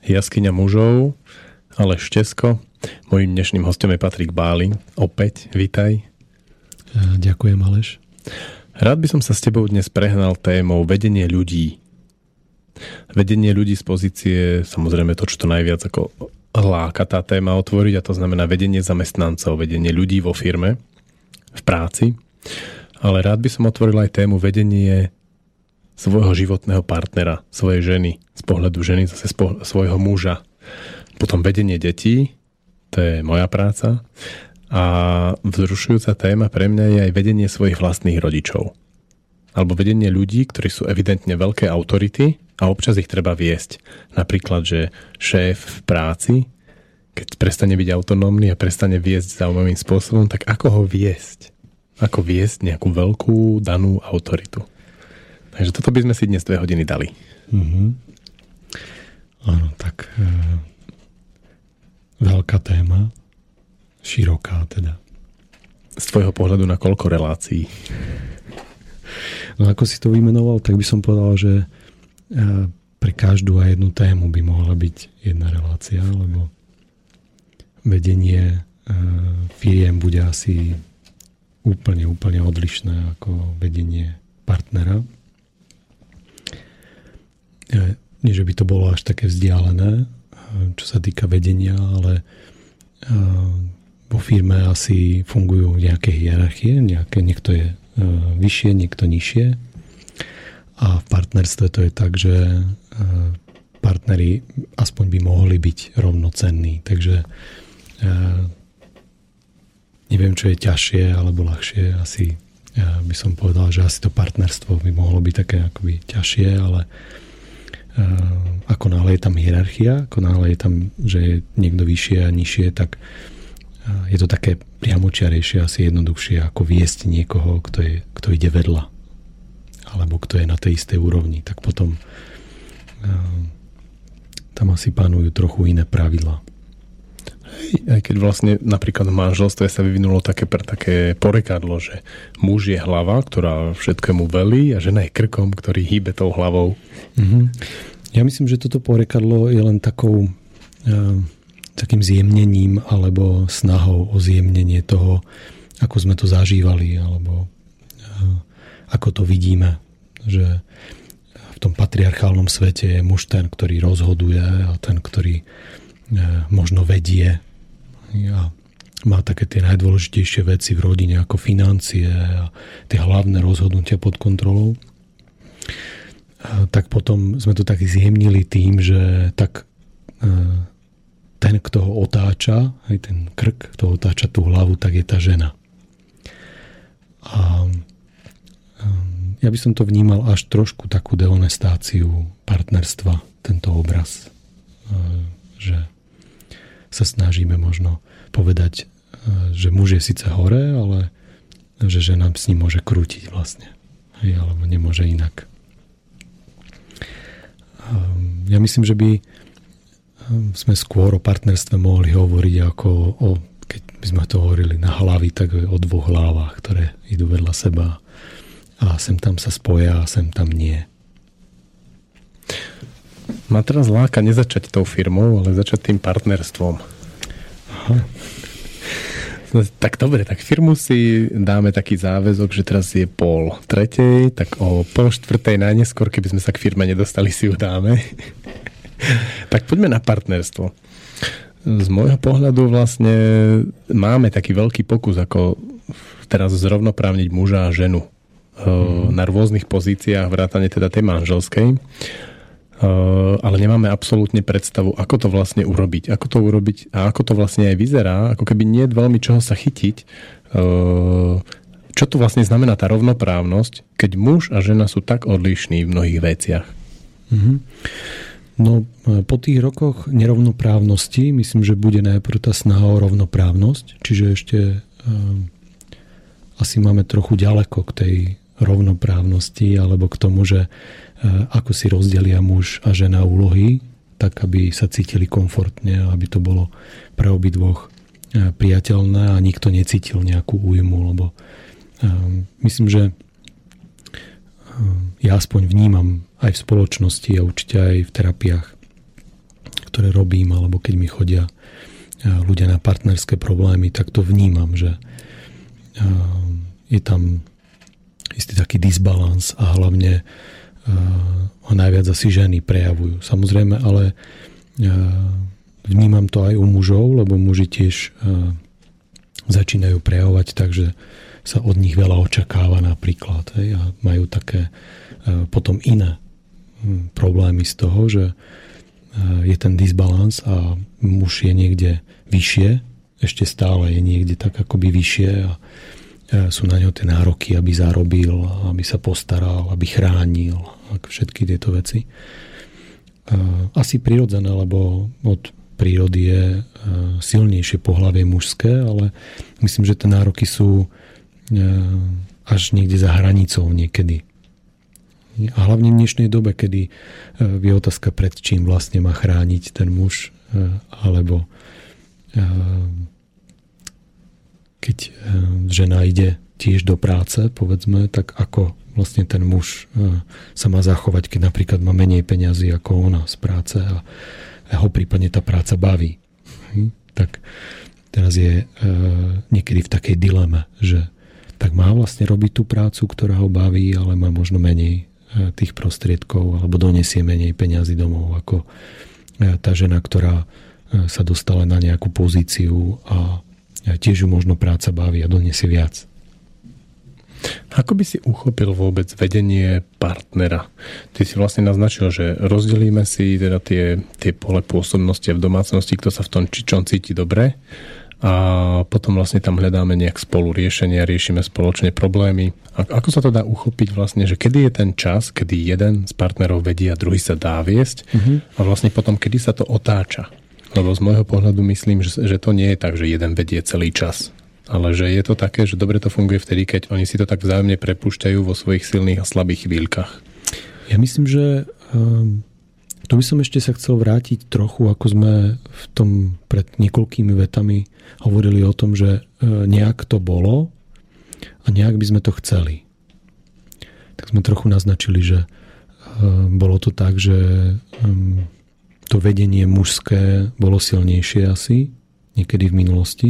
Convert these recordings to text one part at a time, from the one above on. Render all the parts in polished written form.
Jaskyňa mužov, Aleš Česko. Mojím dnešným hostom je Patrik Báli. Opäť, vitaj. Ďakujem, Aleš. Rád by som sa s tebou dnes prehnal témou vedenie ľudí. Vedenie ľudí z pozície, samozrejme to, čo to najviac ako láka tá téma otvoriť, a to znamená vedenie zamestnancov, vedenie ľudí vo firme, v práci. Ale rád by som otvoril aj tému vedenie svojho životného partnera, svojej ženy, z pohľadu ženy, zase svojho muža. Potom vedenie detí, to je moja práca. A vzrušujúca téma pre mňa je aj vedenie svojich vlastných rodičov. Alebo vedenie ľudí, ktorí sú evidentne veľké autority a občas ich treba viesť. Napríklad, že šéf v práci, keď prestane byť autonómny a prestane viesť zaujímavým spôsobom, tak ako ho viesť? Ako viesť nejakú veľkú danú autoritu? Takže toto by sme si dnes 2 hodiny dali. Mm-hmm. Áno, tak veľká téma, široká teda. Z tvojho pohľadu na koľko relácií? No ako si to vymenoval, tak by som povedal, že pre každú a jednu tému by mohla byť jedna relácia, lebo vedenie firiem bude asi úplne odlišné ako vedenie partnera. Nie, že by to bolo až také vzdialené, čo sa týka vedenia, ale vo firme asi fungujú nejaké hierarchie, niekto je vyššie, niekto nižšie. A v partnerstve to je tak, že partneri aspoň by mohli byť rovnocenní. Takže neviem, čo je ťažšie alebo ľahšie. Asi by som povedal, že asi to partnerstvo by mohlo byť také akoby ťažšie, ale ako náhle je tam hierarchia, ako náhle je tam, že je niekto vyššie a nižšie, tak je to také priamočiarejšie, asi jednoduchšie ako viesť niekoho, kto ide vedľa alebo kto je na tej istej úrovni. Tak potom tam asi panujú trochu iné pravidlá. Aj keď vlastne napríklad v manželstve sa vyvinulo také porekadlo, že muž je hlava, ktorá všetkému velí, a žena je krkom, ktorý hýbe tou hlavou. Mm-hmm. Ja myslím, že toto porekadlo je len takým zjemnením alebo snahou o zjemnenie toho, ako sme to zažívali alebo ako to vidíme, že v tom patriarchálnom svete je muž ten, ktorý rozhoduje, a ten, ktorý možno vedie a má také tie najdôležitejšie veci v rodine ako financie a tie hlavné rozhodnutia pod kontrolou. Tak potom sme to tak zjemnili tým, že tak ten, kto ho otáča, aj ten krk, kto otáča tú hlavu, tak je tá žena. A ja by som to vnímal až trošku takú dehonestáciu partnerstva, tento obraz, že sa snažíme možno povedať, že muž je síce hore, ale že žena s ním môže krútiť vlastne. Hej, alebo nemôže inak. Ja myslím, že by sme skôr o partnerstve mohli hovoriť ako keď by sme to hovorili na hlavy, tak o 2 hlavách, ktoré idú vedľa seba a sem tam sa spoja a sem tam nie. Ma teraz láka nezačať tou firmou, ale začať tým partnerstvom. Aha. Tak dobre, tak firmu si dáme taký záväzok, že teraz je 2:30, tak o 3:30 najneskôr, keby sme sa k firme nedostali, si ju dáme. Tak poďme na partnerstvo. Z môjho pohľadu vlastne máme taký veľký pokus, ako teraz zrovnoprávniť muža a ženu na rôznych pozíciách, vrátane teda tej manželskej. Ale nemáme absolútne predstavu, ako to vlastne urobiť. Ako to urobiť a ako to vlastne aj vyzerá. Ako keby nie je veľmi čoho sa chytiť. Čo to vlastne znamená tá rovnoprávnosť, keď muž a žena sú tak odlišní v mnohých veciach? Mm-hmm. No, po tých rokoch nerovnoprávnosti myslím, že bude najprv tá snaha o rovnoprávnosť. Čiže ešte asi máme trochu ďaleko k tej rovnoprávnosti alebo k tomu, že ako si rozdelia muž a žena úlohy, tak aby sa cítili komfortne, aby to bolo pre obidvoch priateľné a nikto necítil nejakú újmu, lebo myslím, že ja aspoň vnímam aj v spoločnosti a určite aj v terapiách, ktoré robím, alebo keď mi chodia ľudia na partnerské problémy, tak to vnímam, že je tam istý taký disbalans a hlavne ho najviac asi ženy prejavujú. Samozrejme, ale vnímam to aj u mužov, lebo muži tiež začínajú prejavovať tak, že sa od nich veľa očakáva napríklad. Hej, a majú také potom iné problémy z toho, že je ten disbalans a muž je niekde vyššie, ešte stále je niekde tak akoby vyššie a sú na ňo tie nároky, aby zarobil, aby sa postaral, aby chránil, všetky tieto veci. Asi prirodzené, lebo od prírody je silnejšie pohlavie mužské, ale myslím, že tie nároky sú až niekde za hranicou niekedy. A hlavne v dnešnej dobe, kedy je otázka, pred čím vlastne má chrániť ten muž, alebo keď žena ide tiež do práce, povedzme, tak ako vlastne ten muž sa má zachovať, keď napríklad má menej peňazí ako ona z práce a ho prípadne tá práca baví. Tak teraz je niekedy v takej dileme, že tak má vlastne robiť tú prácu, ktorá ho baví, ale má možno menej tých prostriedkov alebo donesie menej peňazí domov ako tá žena, ktorá sa dostala na nejakú pozíciu a tiež ju možno práca baví a donesie viac. Ako by si uchopil vôbec vedenie partnera? Ty si vlastne naznačil, že rozdelíme si teda tie pole pôsobnosti v domácnosti, kto sa v tom čom cíti dobre, a potom vlastne tam hľadáme nejak spolu riešenia, riešime spoločne problémy. Ako sa to dá uchopiť vlastne, že kedy je ten čas, kedy jeden z partnerov vedie a druhý sa dá viesť a vlastne potom kedy sa to otáča? Lebo z môjho pohľadu myslím, že to nie je tak, že jeden vedie celý čas. Ale že je to také, že dobre to funguje vtedy, keď oni si to tak vzájomne prepúšťajú vo svojich silných a slabých chvíľkach. Ja myslím, že tu by som ešte sa chcel vrátiť trochu, ako sme v tom pred niekoľkými vetami hovorili o tom, že nejak to bolo a nejak by sme to chceli. Tak sme trochu naznačili, že bolo to tak, že to vedenie mužské bolo silnejšie asi niekedy v minulosti.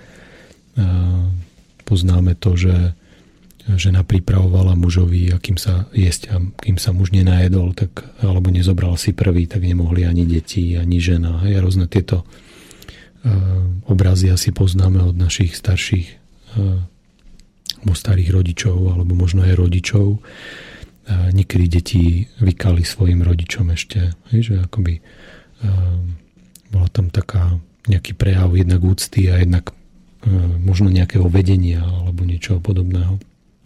Poznáme to, že žena pripravovala mužovi, a kým sa jesť a kým sa muž nenajedol, tak, alebo nezobral si prvý, tak nemohli ani deti, ani žena. A rôzne tieto obrazy asi poznáme od našich starších starých rodičov, alebo možno aj rodičov. Niekedy deti vykali svojim rodičom ešte, že akoby bola tam taká nejaký prejav jednak úcty a jednak možno nejakého vedenia alebo niečoho podobného.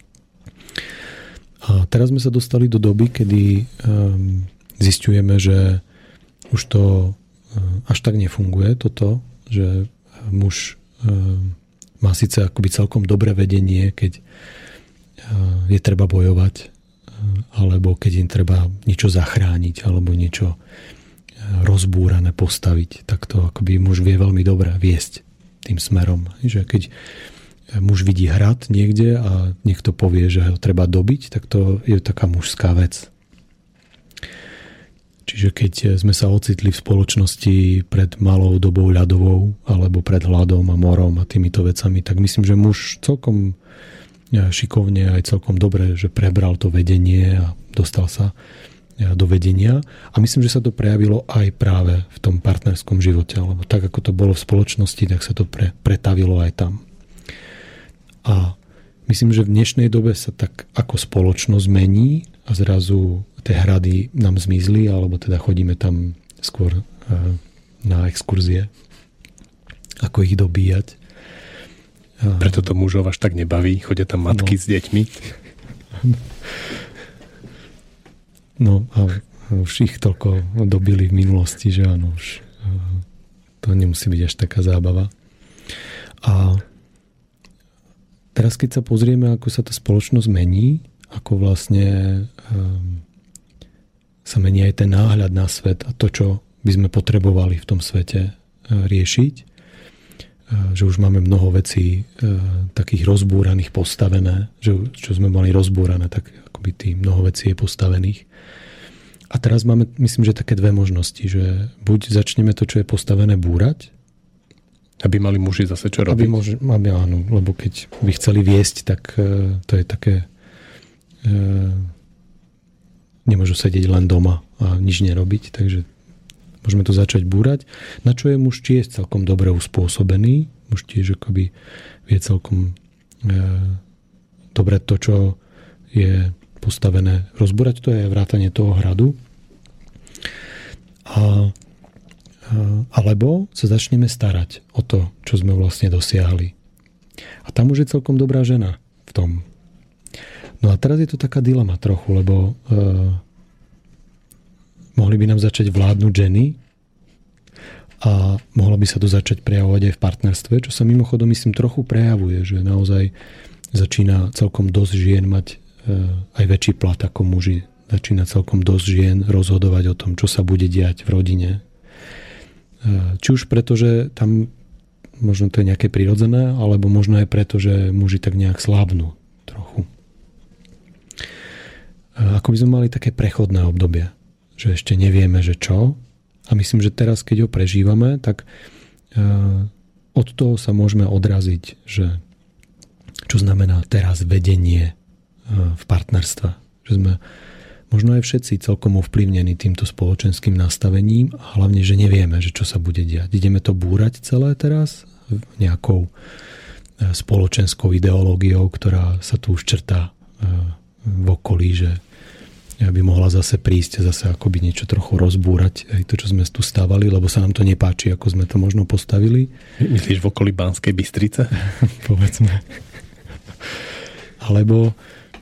A teraz sme sa dostali do doby, kedy zisťujeme, že už to až tak nefunguje toto, že muž má síce akoby celkom dobré vedenie, keď je treba bojovať, alebo keď im treba niečo zachrániť, alebo niečo rozbúrané postaviť, tak to akoby muž vie veľmi dobre viesť tým smerom. Že keď muž vidí hrad niekde a niekto povie, že ho treba dobiť, tak to je taká mužská vec. Čiže keď sme sa ocitli v spoločnosti pred malou dobou ľadovou alebo pred hladom a morom a týmito vecami, tak myslím, že muž celkom šikovne aj celkom dobre, že prebral to vedenie a dostal sa do vedenia. A myslím, že sa to prejavilo aj práve v tom partnerskom živote, lebo tak, ako to bolo v spoločnosti, tak sa to pretavilo aj tam. A myslím, že v dnešnej dobe sa tak ako spoločnosť mení a zrazu tie hrady nám zmizli, alebo teda chodíme tam skôr na exkurzie, ako ich dobíjať. Preto to mužov až tak nebaví, chodia tam matky s deťmi. No a už ich toľko dobili v minulosti, že áno, už to nemusí byť až taká zábava. A teraz keď sa pozrieme, ako sa tá spoločnosť mení, ako vlastne sa mení aj ten náhľad na svet a to, čo by sme potrebovali v tom svete riešiť, že už máme mnoho vecí takých rozbúraných, postavené, že čo sme mali rozbúrané, tak akoby tých mnoho vecí je postavených. A teraz máme, myslím, že také dve možnosti, že buď začneme to, čo je postavené, búrať. Aby mali muži zase čo robiť. Aby áno, lebo keď by chceli viesť, tak to je také... nemôžu sedieť len doma a nič nerobiť, takže môžeme to začať búrať. Na čo je muž tiež celkom dobre uspôsobený. Muž tiež akoby vie celkom dobre to, čo je postavené, rozbúrať, to je vrátanie toho hradu. Alebo sa začneme starať o to, čo sme vlastne dosiahli. A tam už je celkom dobrá žena v tom. No a teraz je to taká dilema trochu, lebo mohli by nám začať vládnuť ženy a mohla by sa to začať prejavovať aj v partnerstve, čo sa mimochodom, myslím, trochu prejavuje, že naozaj začína celkom dosť žien mať aj väčší plat ako muži. Začína celkom dosť žien rozhodovať o tom, čo sa bude diať v rodine. Či už preto, že tam možno to je nejaké prirodzené, alebo možno aj preto, že muži tak nejak slabnú trochu. Ako by sme mali také prechodné obdobie, že ešte nevieme, že čo. A myslím, že teraz, keď ho prežívame, tak od toho sa môžeme odraziť, že čo znamená teraz vedenie v partnerstve. Že sme možno aj všetci celkom ovplyvnení týmto spoločenským nastavením a hlavne, že nevieme, že čo sa bude diať. Ideme to búrať celé teraz nejakou spoločenskou ideológiou, ktorá sa tu už črtá v okolí, že by mohla zase prísť a zase akoby niečo trochu rozbúrať aj to, čo sme tu stávali, lebo sa nám to nepáči, ako sme to možno postavili. Myslíš v okolí Banskej Bystrice? Povedzme. Alebo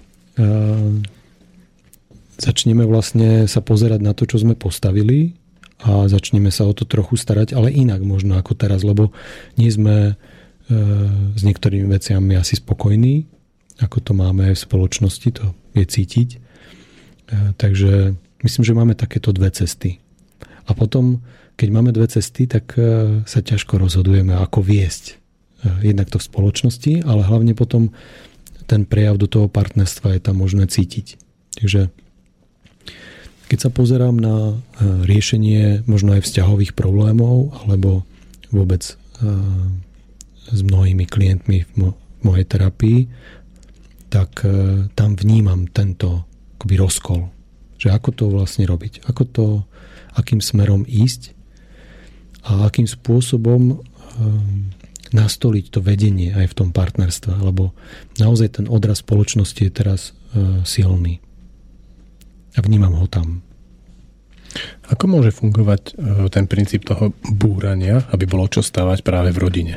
začneme vlastne sa pozerať na to, čo sme postavili a začneme sa o to trochu starať, ale inak možno ako teraz, lebo nie sme s niektorými veciami asi spokojní, ako to máme aj v spoločnosti, to je cítiť. Takže myslím, že máme takéto dve cesty. A potom, keď máme dve cesty, tak sa ťažko rozhodujeme, ako viesť jednak to v spoločnosti, ale hlavne potom ten prejav do toho partnerstva je tam možné cítiť. Takže keď sa pozerám na riešenie možno aj vzťahových problémov alebo vôbec s mnohými klientmi v mojej terapii, tak tam vnímam tento akoby rozkol. Že ako to vlastne robiť? Akým smerom ísť a akým spôsobom nastoliť to vedenie aj v tom partnerstve, lebo naozaj ten odraz spoločnosti je teraz silný. A vnímam ho tam. Ako môže fungovať ten princíp toho búrania, aby bolo čo stavať práve v rodine?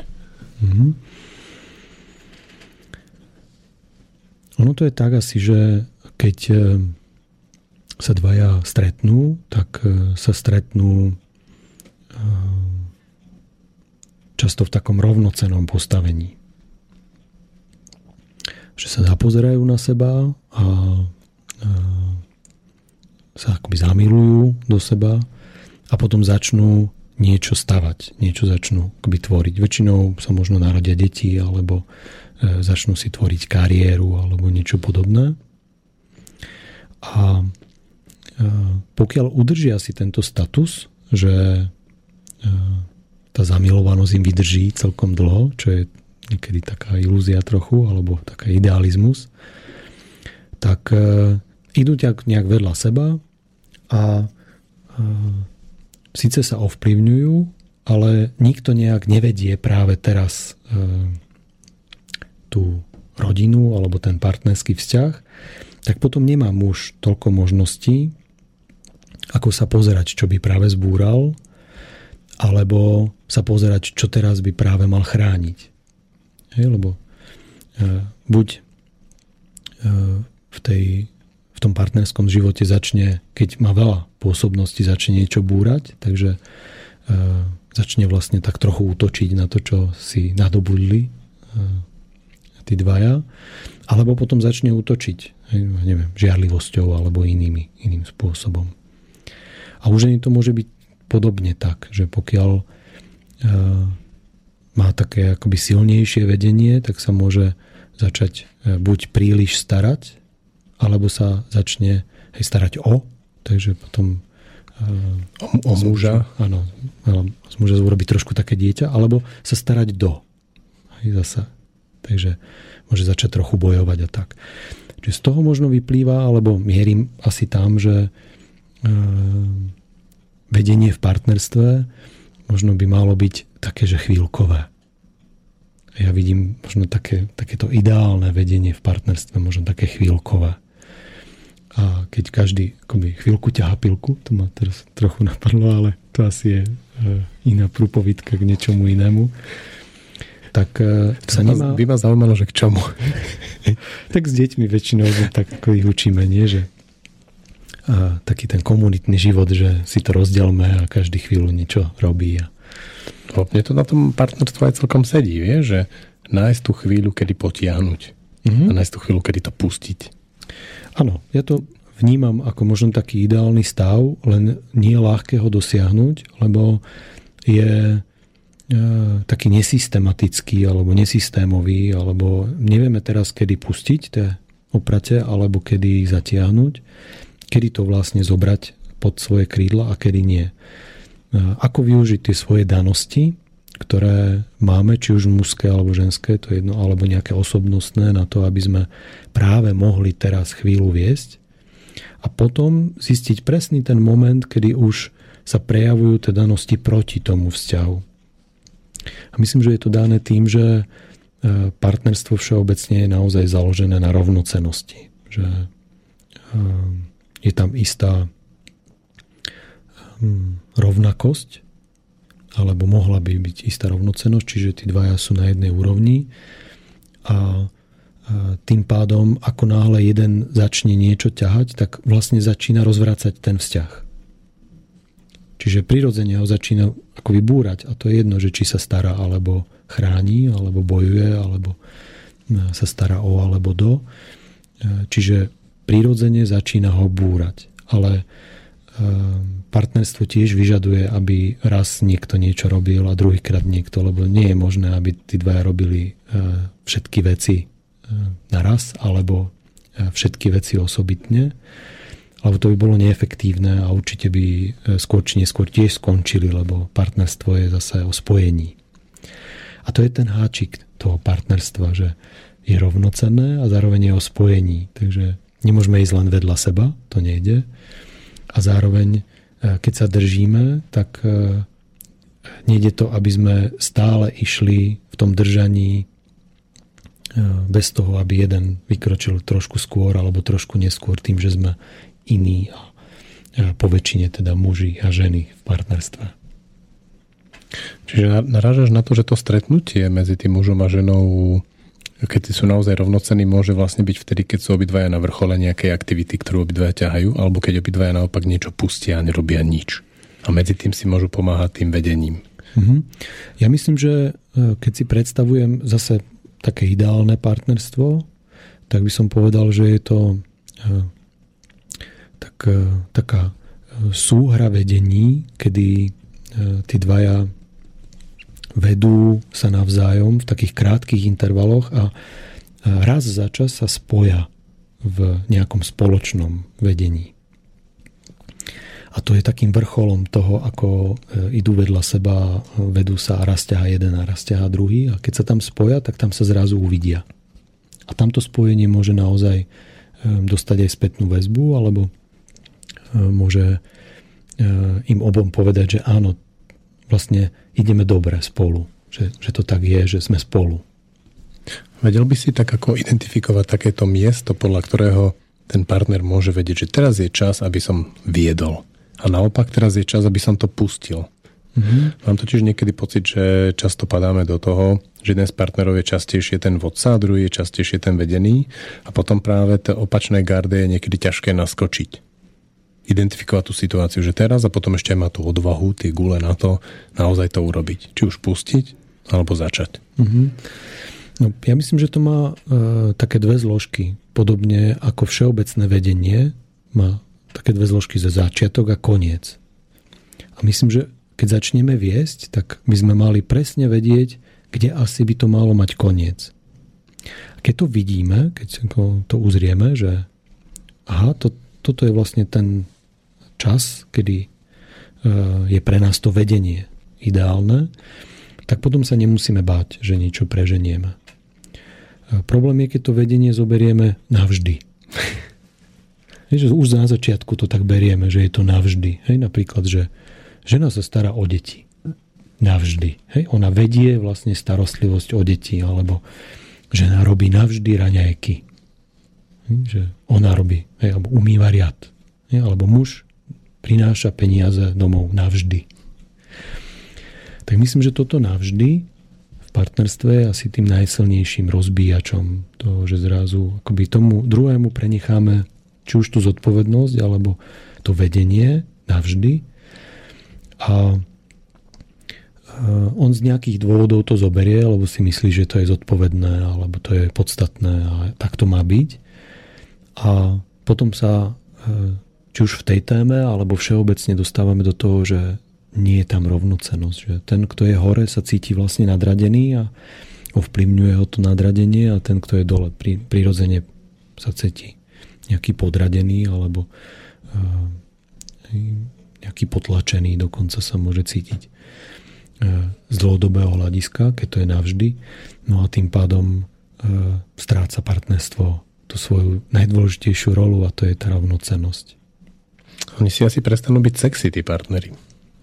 Ono to je tak asi, že keď sa dvaja stretnú, tak sa stretnú často v takom rovnocennom postavení. Že sa zapozerajú na seba a sa akoby zamilujú do seba a potom začnú niečo stavať, niečo začnú akoby tvoriť. Väčšinou sa možno narodia deti alebo začnú si tvoriť kariéru alebo niečo podobné. A pokiaľ udržia si tento status, že tá zamilovanosť im vydrží celkom dlho, čo je niekedy taká ilúzia trochu, alebo taká idealizmus, tak idú nejak vedľa seba a síce sa ovplyvňujú, ale nikto nejak nevedie práve teraz tú rodinu alebo ten partnerský vzťah, tak potom nemá muž toľko možností, ako sa pozerať, čo by práve zbúral, alebo sa pozerať, čo teraz by práve mal chrániť. Lebo buď v tom partnerskom živote začne, keď má veľa pôsobností, začne niečo búrať, takže začne vlastne tak trochu útočiť na to, čo si nadobudli tí dvaja, alebo potom začne útočiť, neviem, žiarlivosťou alebo iným spôsobom. A u ženy to môže byť podobne tak, že pokiaľ má také akoby silnejšie vedenie, tak sa môže začať buď príliš starať, alebo sa začne starať o Takže potom o muža. Áno, z muža urobiť trošku také dieťa, alebo sa starať zasa. Takže môže začať trochu bojovať a tak. Čiže z toho možno vyplýva, alebo mierim asi tam, že vedenie v partnerstve možno by malo byť také, že chvíľkové. Ja vidím možno takéto ideálne vedenie v partnerstve, možno také chvíľkové. A keď každý akoby chvíľku ťahá pilku, to ma teraz trochu napadlo, ale to asi je iná prúpovidka k niečomu inému, tak sa nemá... By ma zaujímalo, že k čomu? Tak s deťmi väčšinou tak ako ich učíme, nie? Že taký ten komunitný život, že si to rozdielme a každý chvíľu niečo robí. Mne to na tom partnerstve aj celkom sedí, vie? Že nájsť tú chvíľu, kedy potiahnuť. A nájsť tú chvíľu, kedy to pustiť. Áno, ja to vnímam ako možno taký ideálny stav, len nie je ľahké ho dosiahnuť, lebo je taký nesystematický alebo nesystémový, alebo nevieme teraz, kedy pustiť tie oprate, alebo kedy ich zatiahnuť, kedy to vlastne zobrať pod svoje krídla a kedy nie. Ako využiť tie svoje danosti, ktoré máme, či už mužské alebo ženské, to je jedno, alebo nejaké osobnostné, na to, aby sme práve mohli teraz chvíľu viesť a potom zistiť presný ten moment, kedy už sa prejavujú tie danosti proti tomu vzťahu. A myslím, že je to dané tým, že partnerstvo všeobecne je naozaj založené na rovnocennosti. Že je tam istá rovnakosť, alebo mohla by byť istá rovnocennosť, čiže tí dvaja sú na jednej úrovni a tým pádom, ako náhle jeden začne niečo ťahať, tak vlastne začína rozvracať ten vzťah. Čiže prirodzene ho začína ako vybúrať a to je jedno, že či sa stará alebo chráni, alebo bojuje, alebo sa stará o alebo do. Čiže prirodzene začína ho búrať. Ale partnerstvo tiež vyžaduje, aby raz niekto niečo robil a druhýkrát niekto, lebo nie je možné, aby tí dvaja robili všetky veci naraz, alebo všetky veci osobitne, lebo to by bolo neefektívne a určite by skôr či neskôr tiež skončili, lebo partnerstvo je zase o spojení. A to je ten háčik toho partnerstva, že je rovnocenné a zároveň je o spojení. Takže nemôžeme ísť len vedľa seba, to nejde. A zároveň, keď sa držíme, tak nejde to, aby sme stále išli v tom držaní bez toho, aby jeden vykročil trošku skôr alebo trošku neskôr tým, že sme iní a po väčšine teda muži a ženy v partnerstve. Čiže narážaš na to, že to stretnutie medzi tým mužom a ženou, keď sú naozaj rovnocenní, môže vlastne byť vtedy, keď sú obidvaja na vrchole nejakej aktivity, ktorú obidvaja ťahajú, alebo keď obidvaja naopak niečo pustia a nerobia nič. A medzi tým si môžu pomáhať tým vedením. Ja myslím, že keď si predstavujem zase také ideálne partnerstvo, tak by som povedal, že je to taká súhra vedení, kedy tí dvaja vedú sa navzájom v takých krátkych intervaloch a raz za čas sa spoja v nejakom spoločnom vedení. A to je takým vrcholom toho, ako idú vedľa seba, vedú sa a raz ťahá jeden a raz ťahá druhý. A keď sa tam spoja, tak tam sa zrazu uvidia. A tamto spojenie môže naozaj dostať aj spätnú väzbu, alebo môže im obom povedať, že áno, vlastne ideme dobre spolu. Že to tak je, že sme spolu. Vedel by si tak ako identifikovať takéto miesto, podľa ktorého ten partner môže vedieť, že teraz je čas, aby som viedol. A naopak teraz je čas, aby som to pustil. Mám totiž niekedy pocit, že často padáme do toho, že jeden z partnerov je častejšie ten vodca a druhý je častejšie ten vedený a potom práve to opačné garde je niekedy ťažké naskočiť. Identifikovať tú situáciu, že teraz a potom ešte má tú odvahu, tie gule na to, naozaj to urobiť. Či už pustiť, alebo začať. No, ja myslím, že to má také dve zložky. Podobne ako všeobecné vedenie má také dve zložky, za začiatok a koniec. A myslím, že keď začneme viesť, tak by sme mali presne vedieť, kde asi by to malo mať koniec. A keď to vidíme, keď to uzrieme, že aha, toto je vlastne ten čas, kedy je pre nás to vedenie ideálne, tak potom sa nemusíme báť, že niečo preženieme. Problém je, keď to vedenie zoberieme navždy. Už na začiatku to tak berieme, že je to navždy. Hej, napríklad, že žena sa stará o deti. Navždy. Hej, ona vedie vlastne starostlivosť o deti, alebo žena robí navždy raňajky. Že ona robí, hej, alebo umýva riad. Hej, alebo muž prináša peniaze domov navždy. Tak myslím, že toto navždy v partnerstve je asi tým najsilnejším rozbíjačom toho, že zrazu akoby tomu druhému prenecháme či už tú zodpovednosť, alebo to vedenie navždy. A on z nejakých dôvodov to zoberie, lebo si myslí, že to je zodpovedné, alebo to je podstatné a tak to má byť. A potom sa či už v tej téme, alebo všeobecne dostávame do toho, že nie je tam rovnocennosť. Že ten, kto je hore, sa cíti vlastne nadradený a ovplyvňuje ho to nadradenie, a ten, kto je dole, prirodzene sa cíti nejaký podradený, alebo nejaký potlačený, dokonca sa môže cítiť z dlhodobého hľadiska, keď to je navždy. No a tým pádom stráca partnerstvo tú svoju najdôležitejšiu rolu, a to je tá rovnocennosť. Oni si asi prestanú byť sexy, tí partneri.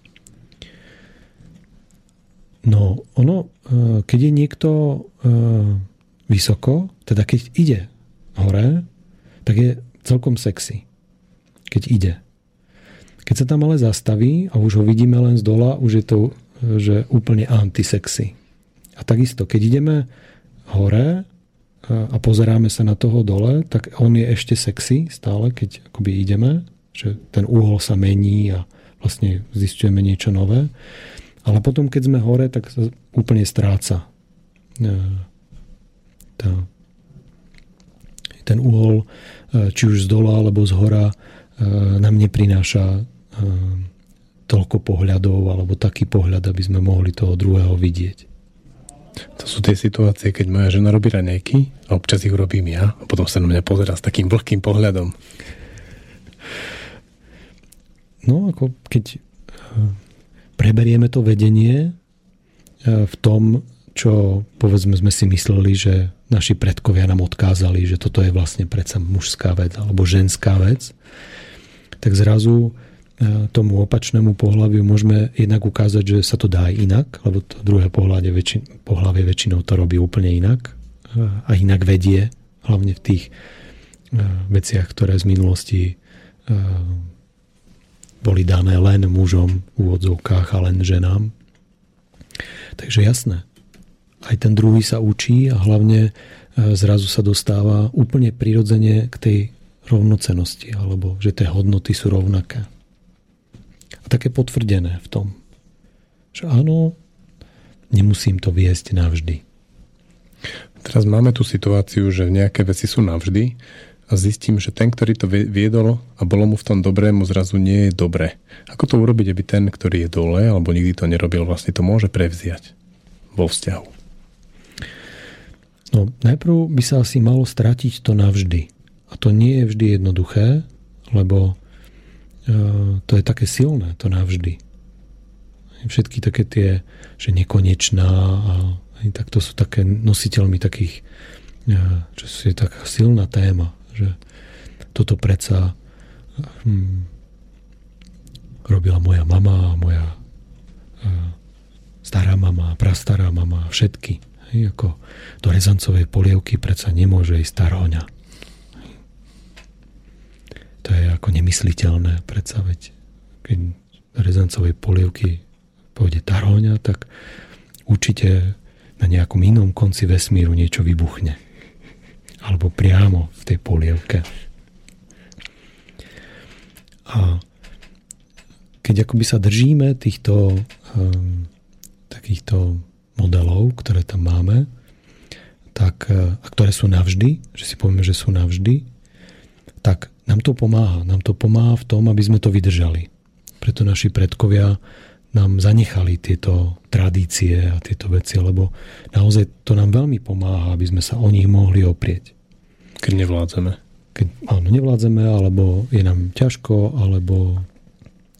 No, keď je niekto vysoko, teda keď ide hore, tak je celkom sexy. Keď ide. Keď sa tam ale zastaví a už ho vidíme len z dola, už je to že úplne antisexy. A takisto, keď ideme hore a pozeráme sa na toho dole, tak on je ešte sexy stále, keď akoby ideme, že ten úhol sa mení a vlastne zisťujeme niečo nové. Ale potom, keď sme hore, tak sa úplne stráca. Ten úhol, či už z dola alebo z hora, nám neprináša toľko pohľadov, alebo taký pohľad, aby sme mohli toho druhého vidieť. To sú tie situácie, keď moja žena robí raňajky a občas ich robím ja a potom sa na mňa pozerá s takým vlhkým pohľadom. No, ako keď preberieme to vedenie v tom, čo povedzme sme si mysleli, že naši predkovia nám odkázali, že toto je vlastne predsa mužská vec alebo ženská vec, tak zrazu tomu opačnému pohľaviu môžeme jednak ukázať, že sa to dá aj inak, lebo to druhé pohlavie väčšinou to robí úplne inak a inak vedie, hlavne v tých veciach, ktoré z minulosti boli dané len mužom v úvodzovkách a len ženám. Takže jasné, aj ten druhý sa učí a hlavne zrazu sa dostáva úplne prirodzene k tej rovnocennosti, alebo že tie hodnoty sú rovnaké. A také potvrdené v tom, že áno, nemusím to viesť navždy. Teraz máme tú situáciu, že nejaké veci sú navždy a zistím, že ten, ktorý to viedol a bolo mu v tom dobré, mu zrazu nie je dobre. Ako to urobiť, aby ten, ktorý je dole alebo nikdy to nerobil, vlastne to môže prevziať vo vzťahu? No, najprv by sa asi malo stratiť to navždy. A to nie je vždy jednoduché, lebo to je také silné, to navždy. Všetky také tie, že nekonečná a tak to sú také nositeľmi takých, že je taká silná téma, že toto predsa robila moja mama, moja stará mama, prastará mama, všetky. Ako do rezancovej polievky predsa nemôže ísť taróňa. To je ako nemysliteľné. Predsa veď, keď do rezancovej polievky pôjde taróňa, tak určite na nejakom inom konci vesmíru niečo vybuchne. Alebo priamo v tej polievke. A keď akoby sa držíme týchto takýchto modelov, ktoré tam máme, tak, a ktoré sú navždy, že si povieme, že sú navždy, tak nám to pomáha. Nám to pomáha v tom, aby sme to vydržali. Preto naši predkovia nám zanechali tieto tradície a tieto veci, lebo naozaj to nám veľmi pomáha, aby sme sa o nich mohli oprieť. Keď nevládzeme. Keď nevládzeme, alebo je nám ťažko, alebo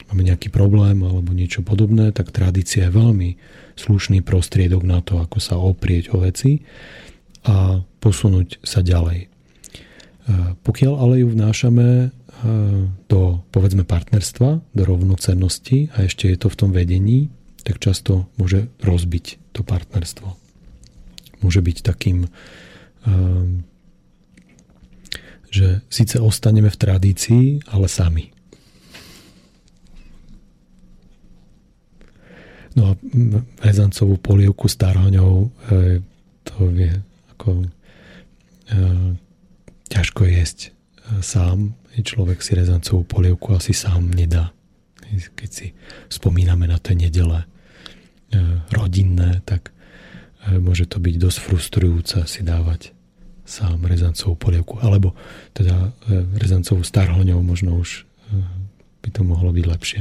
máme nejaký problém alebo niečo podobné, tak tradícia je veľmi slušný prostriedok na to, ako sa oprieť o veci a posunúť sa ďalej. Pokiaľ ale ju vnášame do, povedzme, partnerstva, do rovnocennosti a ešte je to v tom vedení, tak často môže rozbiť to partnerstvo. Môže byť takým, že síce ostaneme v tradícii, ale sami. No a rezancovú polievku s tarhoňou to je ako ťažko jesť sám. Človek si rezancovú polievku asi sám nedá. Keď si spomíname na tie nedele rodinné, tak môže to byť dosť frustrujúce si dávať sám rezancovú polievku. Alebo teda rezancovú s tarhoňou možno už by to mohlo byť lepšie.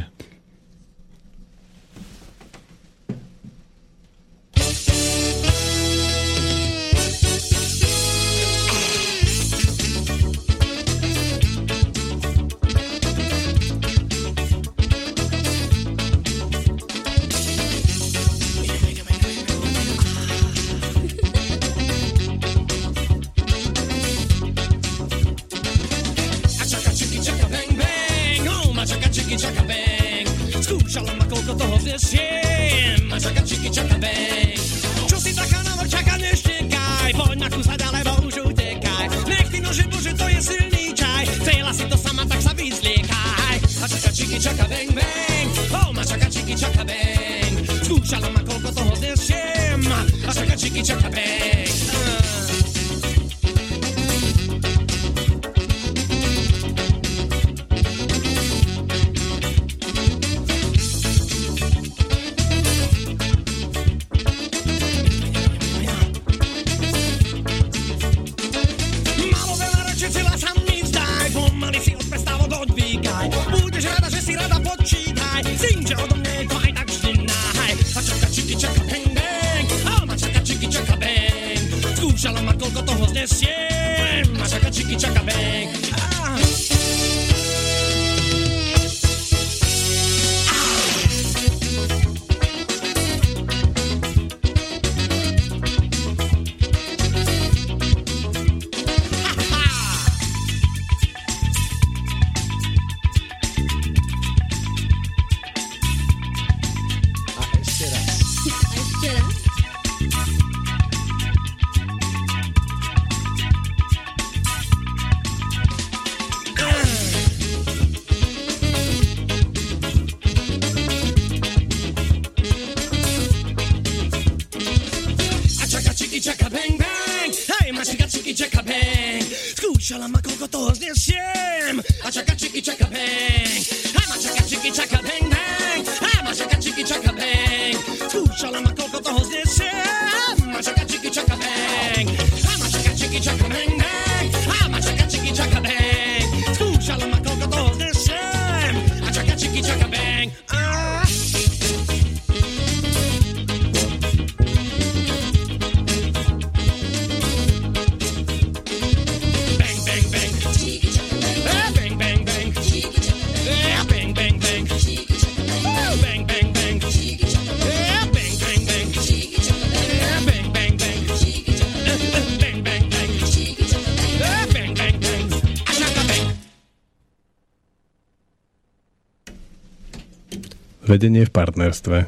Vedenie v partnerstve.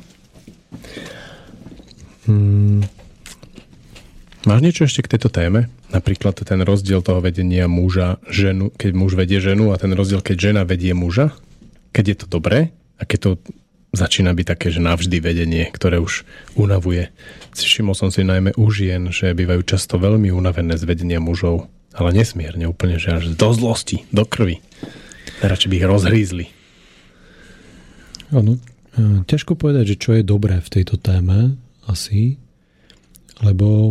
Máš niečo ešte k tejto téme? Napríklad ten rozdiel toho vedenia muža, ženu, keď muž vedie ženu a ten rozdiel, keď žena vedie muža? Keď je to dobré a keď to začína byť také, že navždy vedenie, ktoré už unavuje. Všimol som si najmä u žien, že bývajú často veľmi unavené z vedenia mužov, ale nesmierne, úplne, že až do zlosti, do krvi. Radšej by ich rozhrízli. Áno, ťažko povedať, že čo je dobré v tejto téme asi, lebo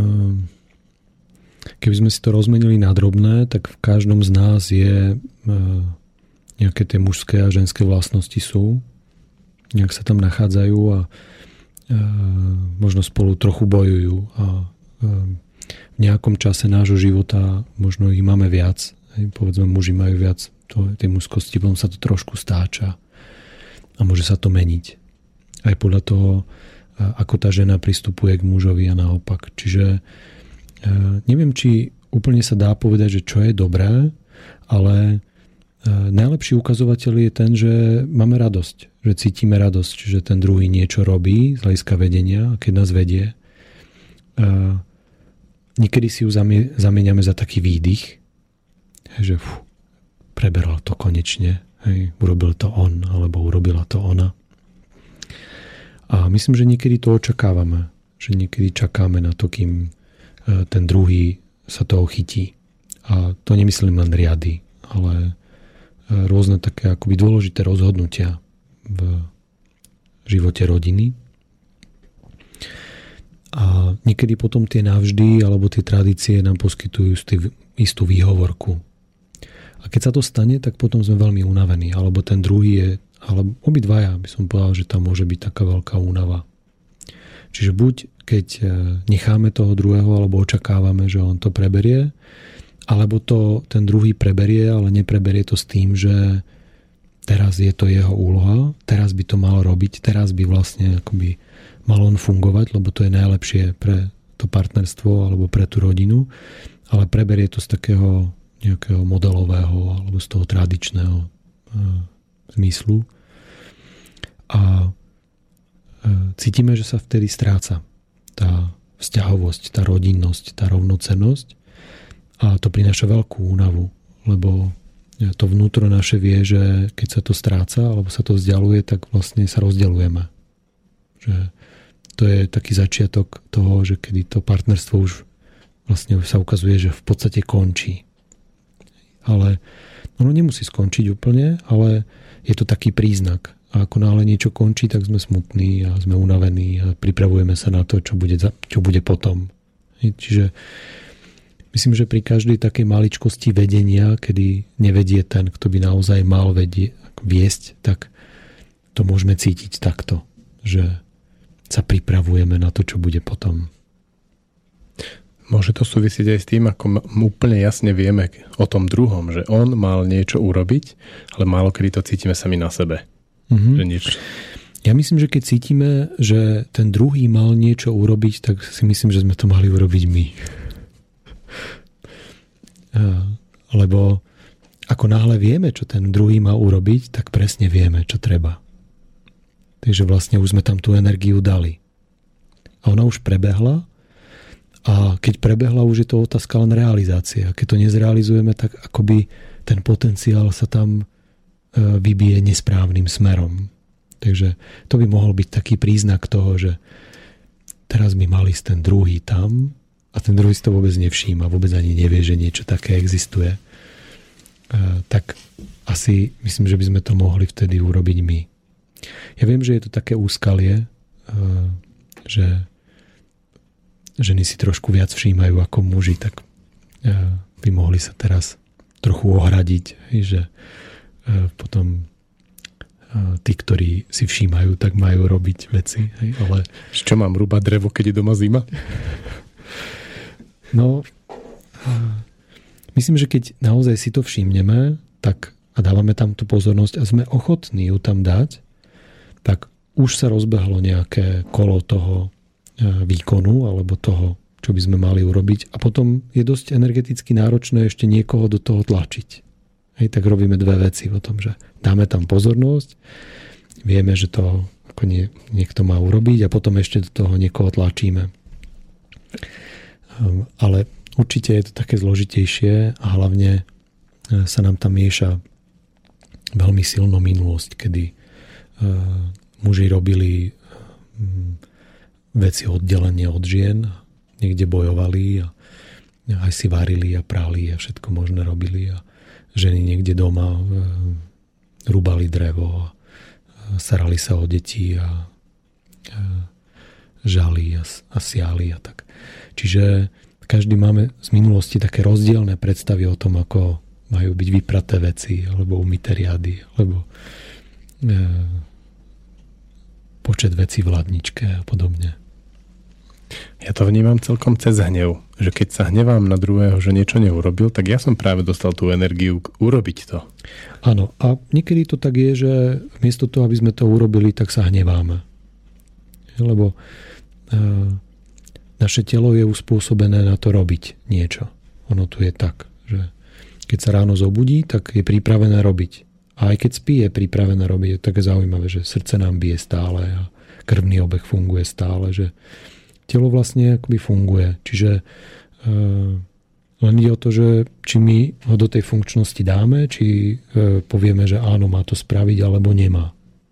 keby sme si to rozmenili na drobné, tak v každom z nás je nejaké tie mužské a ženské vlastnosti sú, nejak sa tam nachádzajú a možno spolu trochu bojujú a v nejakom čase nášho života možno ich máme viac. Povedzme, muži majú viac tej mužskosti, potom sa to trošku stáča. a môže sa to meniť. Aj podľa toho, ako tá žena pristupuje k mužovi a naopak. Čiže neviem, či úplne sa dá povedať, že čo je dobré, ale najlepší ukazovateľ je ten, že máme radosť, že cítime radosť, že ten druhý niečo robí z hľadiska vedenia, keď nás vedie. Niekedy si ju zamieňame za taký výdych, že preberal to konečne, urobil to on, alebo urobila to ona. A myslím, že niekedy to očakávame, že niekedy čakáme na to, kým ten druhý sa toho chytí. A to nemyslím len riady, ale rôzne také akoby dôležité rozhodnutia v živote rodiny. A niekedy potom tie navždy alebo tie tradície nám poskytujú istú výhovorku. A keď sa to stane, tak potom sme veľmi unavení. Alebo ten druhý je, alebo obidvaja by som povedal, že tam môže byť taká veľká únava. Čiže buď keď necháme toho druhého, alebo očakávame, že on to preberie, alebo to ten druhý preberie, ale nepreberie to s tým, že teraz je to jeho úloha, teraz by to mal robiť, teraz by vlastne akoby mal on fungovať, lebo to je najlepšie pre to partnerstvo alebo pre tú rodinu, ale preberie to z takého nejakého modelového alebo z toho tradičného zmyslu. A cítime, že sa vtedy stráca tá vzťahovosť, tá rodinnosť, tá rovnocennosť. A to prináša veľkú únavu, lebo to vnútro naše vie, že keď sa to stráca alebo sa to vzdialuje, tak vlastne sa rozdeľujeme. Že to je taký začiatok toho, že kedy to partnerstvo už vlastne sa ukazuje, že v podstate končí. Ale ono nemusí skončiť úplne, ale je to taký príznak. A ako náhle niečo končí, tak sme smutní a sme unavení a pripravujeme sa na to, čo bude potom. Čiže myslím, že pri každej takej maličkosti vedenia, kedy nevedie ten, kto by naozaj mal viesť, tak to môžeme cítiť takto, že sa pripravujeme na to, čo bude potom. Môže to súvisieť aj s tým, ako úplne jasne vieme o tom druhom, že on mal niečo urobiť, ale málo kedy to cítime sami na sebe. Že nič. Ja myslím, že keď cítime, že ten druhý mal niečo urobiť, tak si myslím, že sme to mali urobiť my. Lebo ako náhle vieme, čo ten druhý má urobiť, tak presne vieme, čo treba. Takže vlastne už sme tam tú energiu dali. A ona už prebehla a keď prebehla, už je to otázka len realizácie. A keď to nezrealizujeme, tak akoby ten potenciál sa tam vybije nesprávnym smerom. Takže to by mohol byť taký príznak toho, že teraz by mal ísť ten druhý tam a ten druhý si to vôbec nevšíma, vôbec ani nevie, že niečo také existuje. Tak asi myslím, že by sme to mohli vtedy urobiť my. Ja viem, že je to také úskalie, že ženy si trošku viac všímajú ako muži, tak by mohli sa teraz trochu ohradiť, že potom tí, ktorí si všímajú, tak majú robiť veci. Ale čo mám rúbať drevo, keď je doma zima? No, myslím, že keď naozaj si to všimneme, tak a dávame tam tú pozornosť a sme ochotní ju tam dať, tak už sa rozbehlo nejaké kolo toho výkonu alebo toho, čo by sme mali urobiť a potom je dosť energeticky náročné ešte niekoho do toho tlačiť. Tak robíme dve veci o tom, že dáme tam pozornosť, vieme, že to ako niekto má urobiť a potom ešte do toho niekoho tlačíme. Ale určite je to také zložitejšie a hlavne sa nám tam mieša veľmi silno minulosť, kedy muži robili veci oddelenie od žien, niekde bojovali a aj si varili a prali a všetko možné robili a ženy niekde doma rúbali drevo a starali sa o deti a žali a siali a tak. Čiže každý máme z minulosti také rozdielne predstavy o tom, ako majú byť vypraté veci alebo umyté riady alebo počet vecí v ladničke a podobne. Ja to vnímam celkom cez hnev, že keď sa hnevám na druhého, že niečo neurobil, tak ja som práve dostal tú energiu urobiť to. Áno, a niekedy to tak je, že miesto toho, aby sme to urobili, tak sa hneváme. Lebo naše telo je uspôsobené na to robiť niečo. Ono tu je tak, že keď sa ráno zobudí, tak je pripravené robiť. A aj keď spí, je pripravené robiť. Je také zaujímavé, že srdce nám bije stále a krvný obeh funguje stále, že telo vlastne akoby funguje. Čiže len ide o to, že či my ho do tej funkčnosti dáme, či povieme, že áno, má to spraviť, alebo nemá.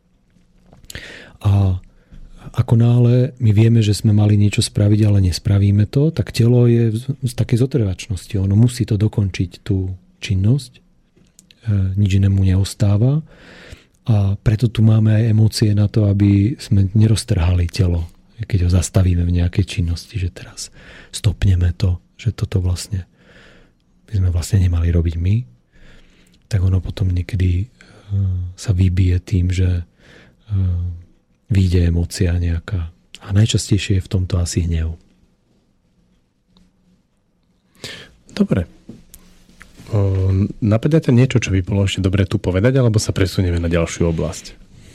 A ako náhle my vieme, že sme mali niečo spraviť, ale nespravíme to, tak telo je z takej zotrvačnosti. Ono musí to dokončiť, tú činnosť. Nič inému neostáva. A preto tu máme aj emócie na to, aby sme neroztrhali telo, keď ho zastavíme v nejakej činnosti, že teraz stopneme to, že toto vlastne by sme vlastne nemali robiť my, tak ono potom niekedy sa vybije tým, že vyjde emócia nejaká. A najčastejšie je v tomto asi hnev. Dobre. Napadáte niečo, čo by bolo ešte dobre tu povedať, alebo sa presunieme na ďalšiu oblasť?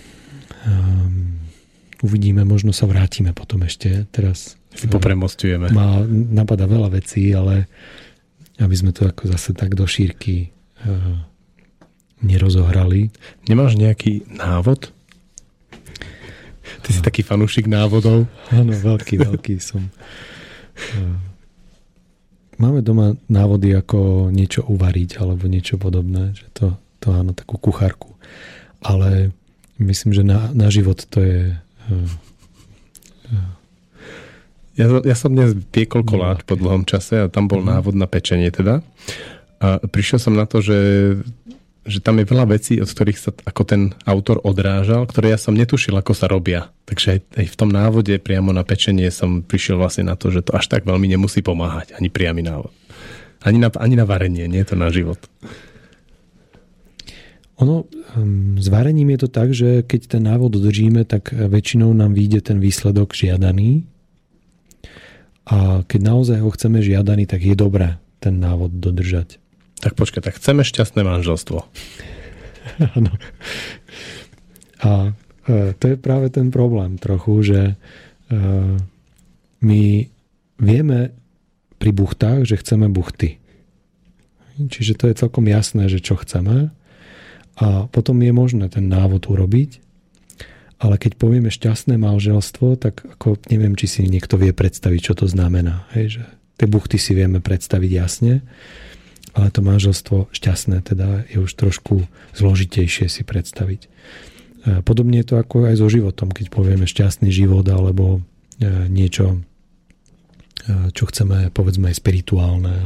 Uvidíme, možno sa vrátime potom ešte. Teraz si popremostujeme. Napadá veľa vecí, ale aby sme to ako zase tak do šírky nerozohrali. Nemáš nejaký návod? Ty si taký fanúšik návodov? Áno, veľký som. Máme doma návody, ako niečo uvariť alebo niečo podobné. Že to áno, takú kuchárku. Ale myslím, že na život to je Ja som dnes piekol koláč po dlhom čase a tam bol návod na pečenie teda. A prišiel som na to, že tam je veľa vecí, od ktorých sa ako ten autor odrážal, ktoré ja som netušil, ako sa robia. Takže aj v tom návode priamo na pečenie som prišiel vlastne na to, že to až tak veľmi nemusí pomáhať. Ani priamy návod. Ani na varenie, nie je to na život. Ono, s varením je to tak, že keď ten návod dodržíme, tak väčšinou nám vyjde ten výsledok žiadaný. A keď naozaj ho chceme žiadaný, tak je dobré ten návod dodržať. Tak počkaj, tak chceme šťastné manželstvo. Áno. A to je práve ten problém trochu, že my vieme pri buchtách, že chceme buchty. Čiže to je celkom jasné, že čo chceme. A potom je možné ten návod urobiť, ale keď povieme šťastné manželstvo, tak ako neviem, či si niekto vie predstaviť, čo to znamená. Hej, že tie buchty si vieme predstaviť jasne, ale to manželstvo šťastné teda je už trošku zložitejšie si predstaviť. Podobne je to ako aj so životom, keď povieme šťastný život alebo niečo, čo chceme, povedzme aj spirituálne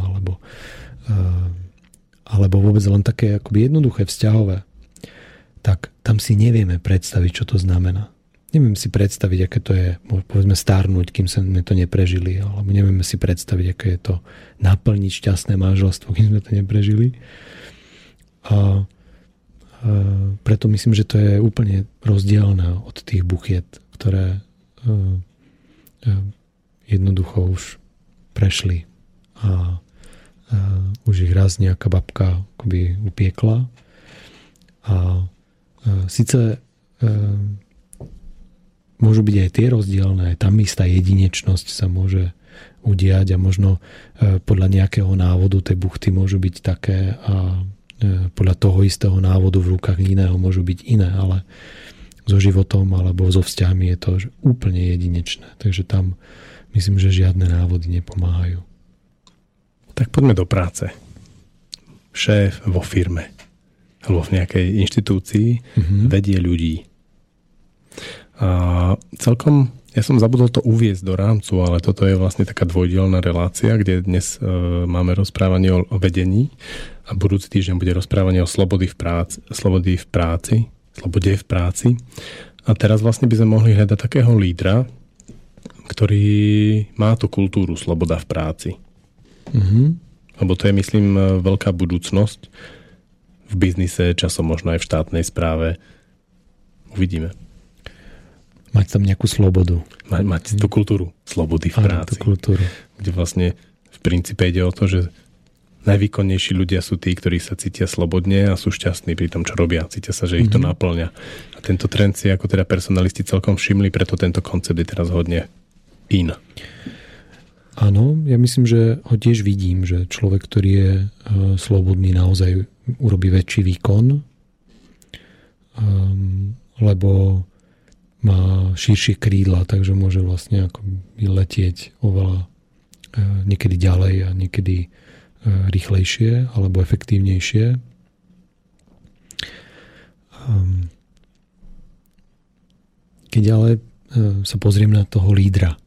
alebo vôbec len také akoby jednoduché vzťahové, tak tam si nevieme predstaviť, čo to znamená. Nevieme si predstaviť, aké to je, povedzme, stárnuť, kým sme to neprežili, alebo nevieme si predstaviť, aké je to naplniť šťastné manželstvo, kým sme to neprežili. A preto myslím, že to je úplne rozdielne od tých buchiet, ktoré jednoducho už prešli a už ich raz nejaká babka akoby upiekla a síce môžu byť aj tie rozdielne, aj tam istá jedinečnosť sa môže udiať a možno podľa nejakého návodu tie buchty môžu byť také a podľa toho istého návodu v rukách iného môžu byť iné, ale so životom alebo so vzťahmi je to úplne jedinečné, takže tam myslím, že žiadne návody nepomáhajú. Tak poďme do práce. Šéf vo firme alebo v nejakej inštitúcii vedie ľudí. A celkom, ja som zabudol to uviesť do rámcu, ale toto je vlastne taká dvojdielna relácia, kde dnes máme rozprávanie o vedení a budúci týždeň bude rozprávanie o slobode v práci. A teraz vlastne by sme mohli hľadať takého lídra, ktorý má tú kultúru sloboda v práci. Lebo to je, myslím, veľká budúcnosť v biznise, časom možno aj v štátnej správe. Uvidíme. Mať tam nejakú slobodu. Mať tú kultúru slobody v práci. Tú kultúru. Kde vlastne v princípe ide o to, že najvýkonnejší ľudia sú tí, ktorí sa cítia slobodne a sú šťastní pri tom, čo robia. Cítia sa, že ich to naplňa. A tento trend si ako teda personalisti celkom všimli, preto tento koncept je teraz hodne in. Áno, ja myslím, že ho tiež vidím, že človek, ktorý je slobodný, naozaj urobí väčší výkon, lebo má širšie krídla, takže môže vlastne ako letieť oveľa niekedy ďalej a niekedy rýchlejšie alebo efektívnejšie. Keď ale sa pozriem na toho lídra,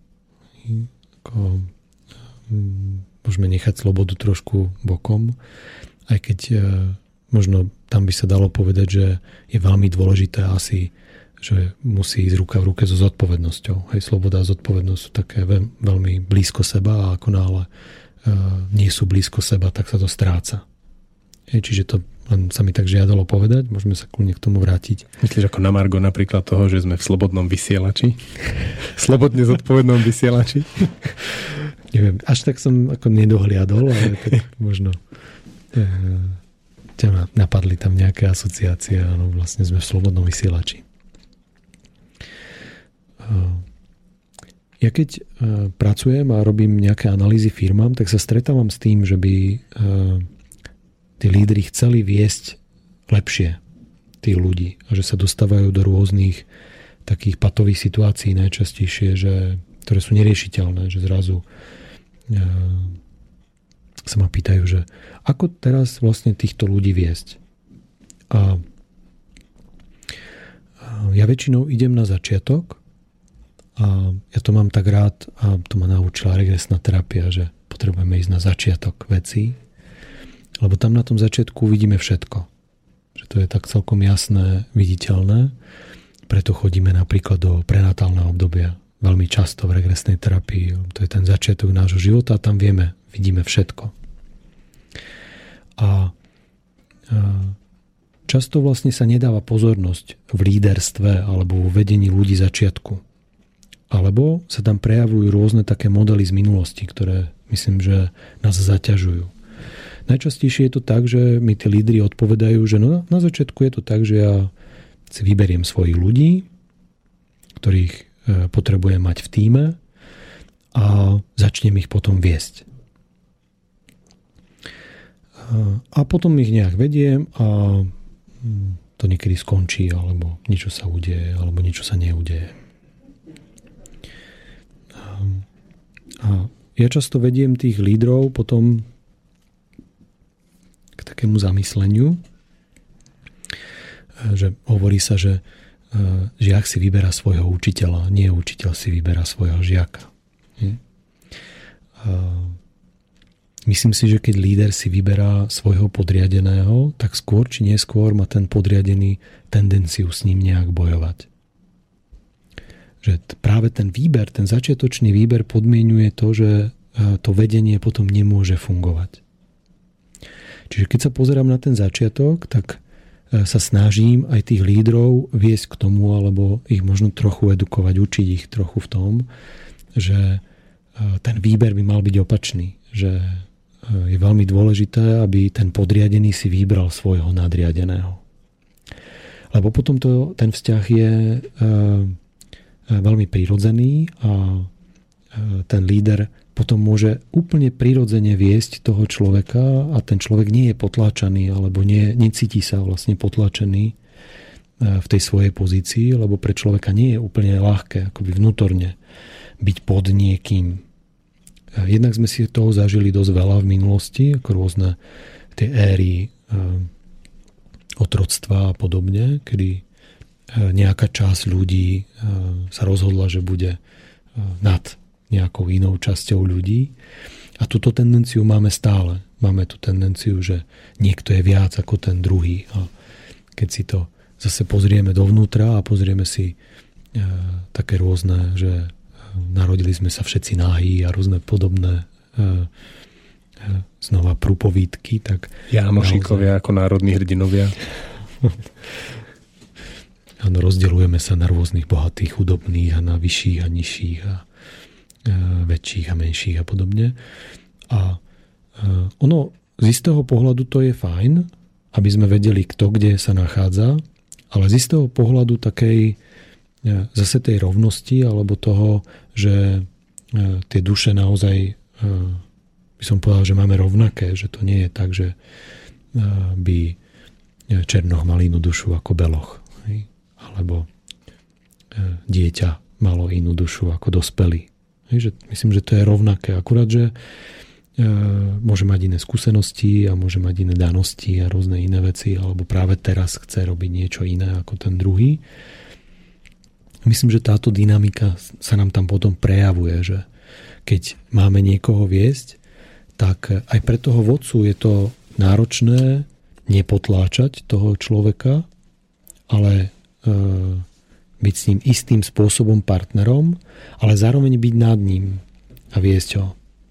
môžeme nechať slobodu trošku bokom, aj keď možno tam by sa dalo povedať, že je veľmi dôležité asi, že musí ísť ruka v ruke so zodpovednosťou. Hej, sloboda a zodpovednosť sú také veľmi blízko seba a ako náhle nie sú blízko seba, tak sa to stráca. Hej, čiže to len sa mi tak žiadalo povedať, môžeme sa kľudne k tomu vrátiť. Myslíš ako na margo napríklad toho, že sme v slobodnom vysielači? Slobodne zodpovednom vysielači? Neviem, až tak som ako nedohliadol, ale tak možno napadli tam nejaké asociácie, áno, vlastne sme v slobodnom vysielači. Ja keď pracujem a robím nejaké analýzy firmám, tak sa stretávam s tým, že by tí lídri chceli viesť lepšie tých ľudí a že sa dostávajú do rôznych takých patových situácií najčastejšie, ktoré sú neriešiteľné, že zrazu sa ma pýtajú, že ako teraz vlastne týchto ľudí viesť. A ja väčšinou idem na začiatok a ja to mám tak rád a to ma naučila regresná terapia, že potrebujeme ísť na začiatok vecí, lebo tam na tom začiatku vidíme všetko. Že to je tak celkom jasné, viditeľné. Preto chodíme napríklad do prenatálneho obdobia. Veľmi často v regresnej terapii. To je ten začiatok nášho života a tam vidíme všetko. A často vlastne sa nedáva pozornosť v líderstve alebo v vedení ľudí začiatku. Alebo sa tam prejavujú rôzne také modely z minulosti, ktoré myslím, že nás zaťažujú. Najčastejšie je to tak, že mi tí lídri odpovedajú, že no, na začiatku je to tak, že ja si vyberiem svojich ľudí, ktorých potrebujem mať v tíme a začnem ich potom viesť. A potom ich nejak vediem a to niekedy skončí, alebo niečo sa udeje, alebo niečo sa neudeje. A ja často vediem tých lídrov potom k takému zamysleniu, že hovorí sa, že žiak si vyberá svojho učiteľa, nie učiteľ si vyberá svojho žiaka. Myslím si, že keď líder si vyberá svojho podriadeného, tak skôr či neskôr má ten podriadený tendenciu s ním nejak bojovať. Že práve ten výber, ten začiatočný výber podmienuje to, že to vedenie potom nemôže fungovať. Čiže keď sa pozerám na ten začiatok, tak sa snažím aj tých lídrov viesť k tomu, alebo ich možno trochu edukovať, učiť ich trochu v tom, že ten výber by mal byť opačný. Že je veľmi dôležité, aby ten podriadený si vybral svojho nadriadeného. Lebo potom ten vzťah je veľmi prirodzený a ten líder potom môže úplne prirodzene viesť toho človeka a ten človek nie je potláčaný alebo necíti sa vlastne potlačený v tej svojej pozícii, lebo pre človeka nie je úplne ľahké akoby vnútorne byť pod niekým. Jednak sme si toho zažili dosť veľa v minulosti, ako rôzne tie éry otroctva a podobne, kedy nejaká časť ľudí sa rozhodla, že bude nad nejakou inou časťou ľudí. A túto tendenciu máme stále. Máme tú tendenciu, že niekto je viac ako ten druhý. A keď si to zase pozrieme dovnútra a pozrieme si také rôzne, že narodili sme sa všetci nahí a rôzne podobné znova prúpovídky, tak Jánošíkovia naozaj ako národní hrdinovia. rozdeľujeme sa na rôznych bohatých, chudobných a na vyšších a nižších a väčších a menších a podobne. A ono z istého pohľadu to je fajn, aby sme vedeli, kto kde sa nachádza, ale z istého pohľadu takej zase tej rovnosti alebo toho, že tie duše naozaj by som povedal, že máme rovnaké, že to nie je tak, že by černoch mal inú dušu ako beloch, alebo dieťa malo inú dušu ako dospelý. Že myslím, že to je rovnaké, akurát, že môže mať iné skúsenosti a môže mať iné danosti a rôzne iné veci, alebo práve teraz chce robiť niečo iné ako ten druhý. Myslím, že táto dynamika sa nám tam potom prejavuje, že keď máme niekoho viesť, tak aj pre toho vodcu je to náročné nepotláčať toho človeka, ale byť s ním istým spôsobom partnerom, ale zároveň byť nad ním a viesť ho.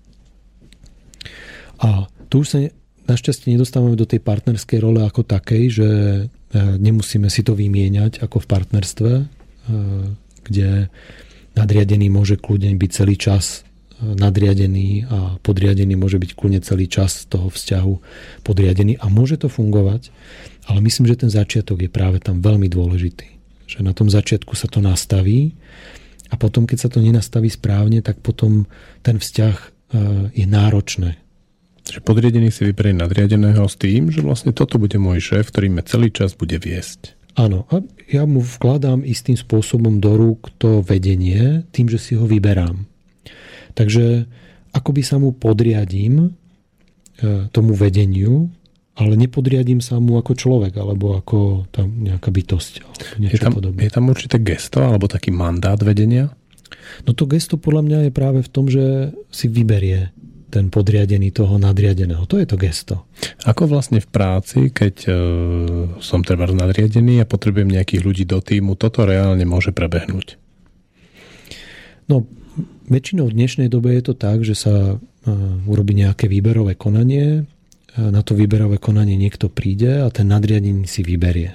A tu už sa našťastie nedostávame do tej partnerskej role ako takej, že nemusíme si to vymieňať ako v partnerstve, kde nadriadený môže kľudne byť celý čas nadriadený a podriadený môže byť kľudne celý čas toho vzťahu podriadený a môže to fungovať, ale myslím, že ten začiatok je práve tam veľmi dôležitý. Že na tom začiatku sa to nastaví a potom, keď sa to nenastaví správne, tak potom ten vzťah je náročné. Že podriadený si vyberie nadriadeného s tým, že vlastne toto bude môj šéf, ktorý ma celý čas bude viesť. Áno, a ja mu vkladám istým spôsobom do rúk to vedenie tým, že si ho vyberám. Takže akoby sa mu podriadím tomu vedeniu, ale nepodriadím sa mu ako človek, alebo ako tam nejaká bytosť. Je tam určité gesto, alebo taký mandát vedenia? No to gesto podľa mňa je práve v tom, že si vyberie ten podriadený toho nadriadeného. To je to gesto. Ako vlastne v práci, keď som treba nadriadený a potrebujem nejakých ľudí do týmu, toto reálne môže prebehnúť? No, väčšinou v dnešnej dobe je to tak, že sa urobí nejaké výberové konanie, na to výberové konanie niekto príde a ten nadriadený si vyberie.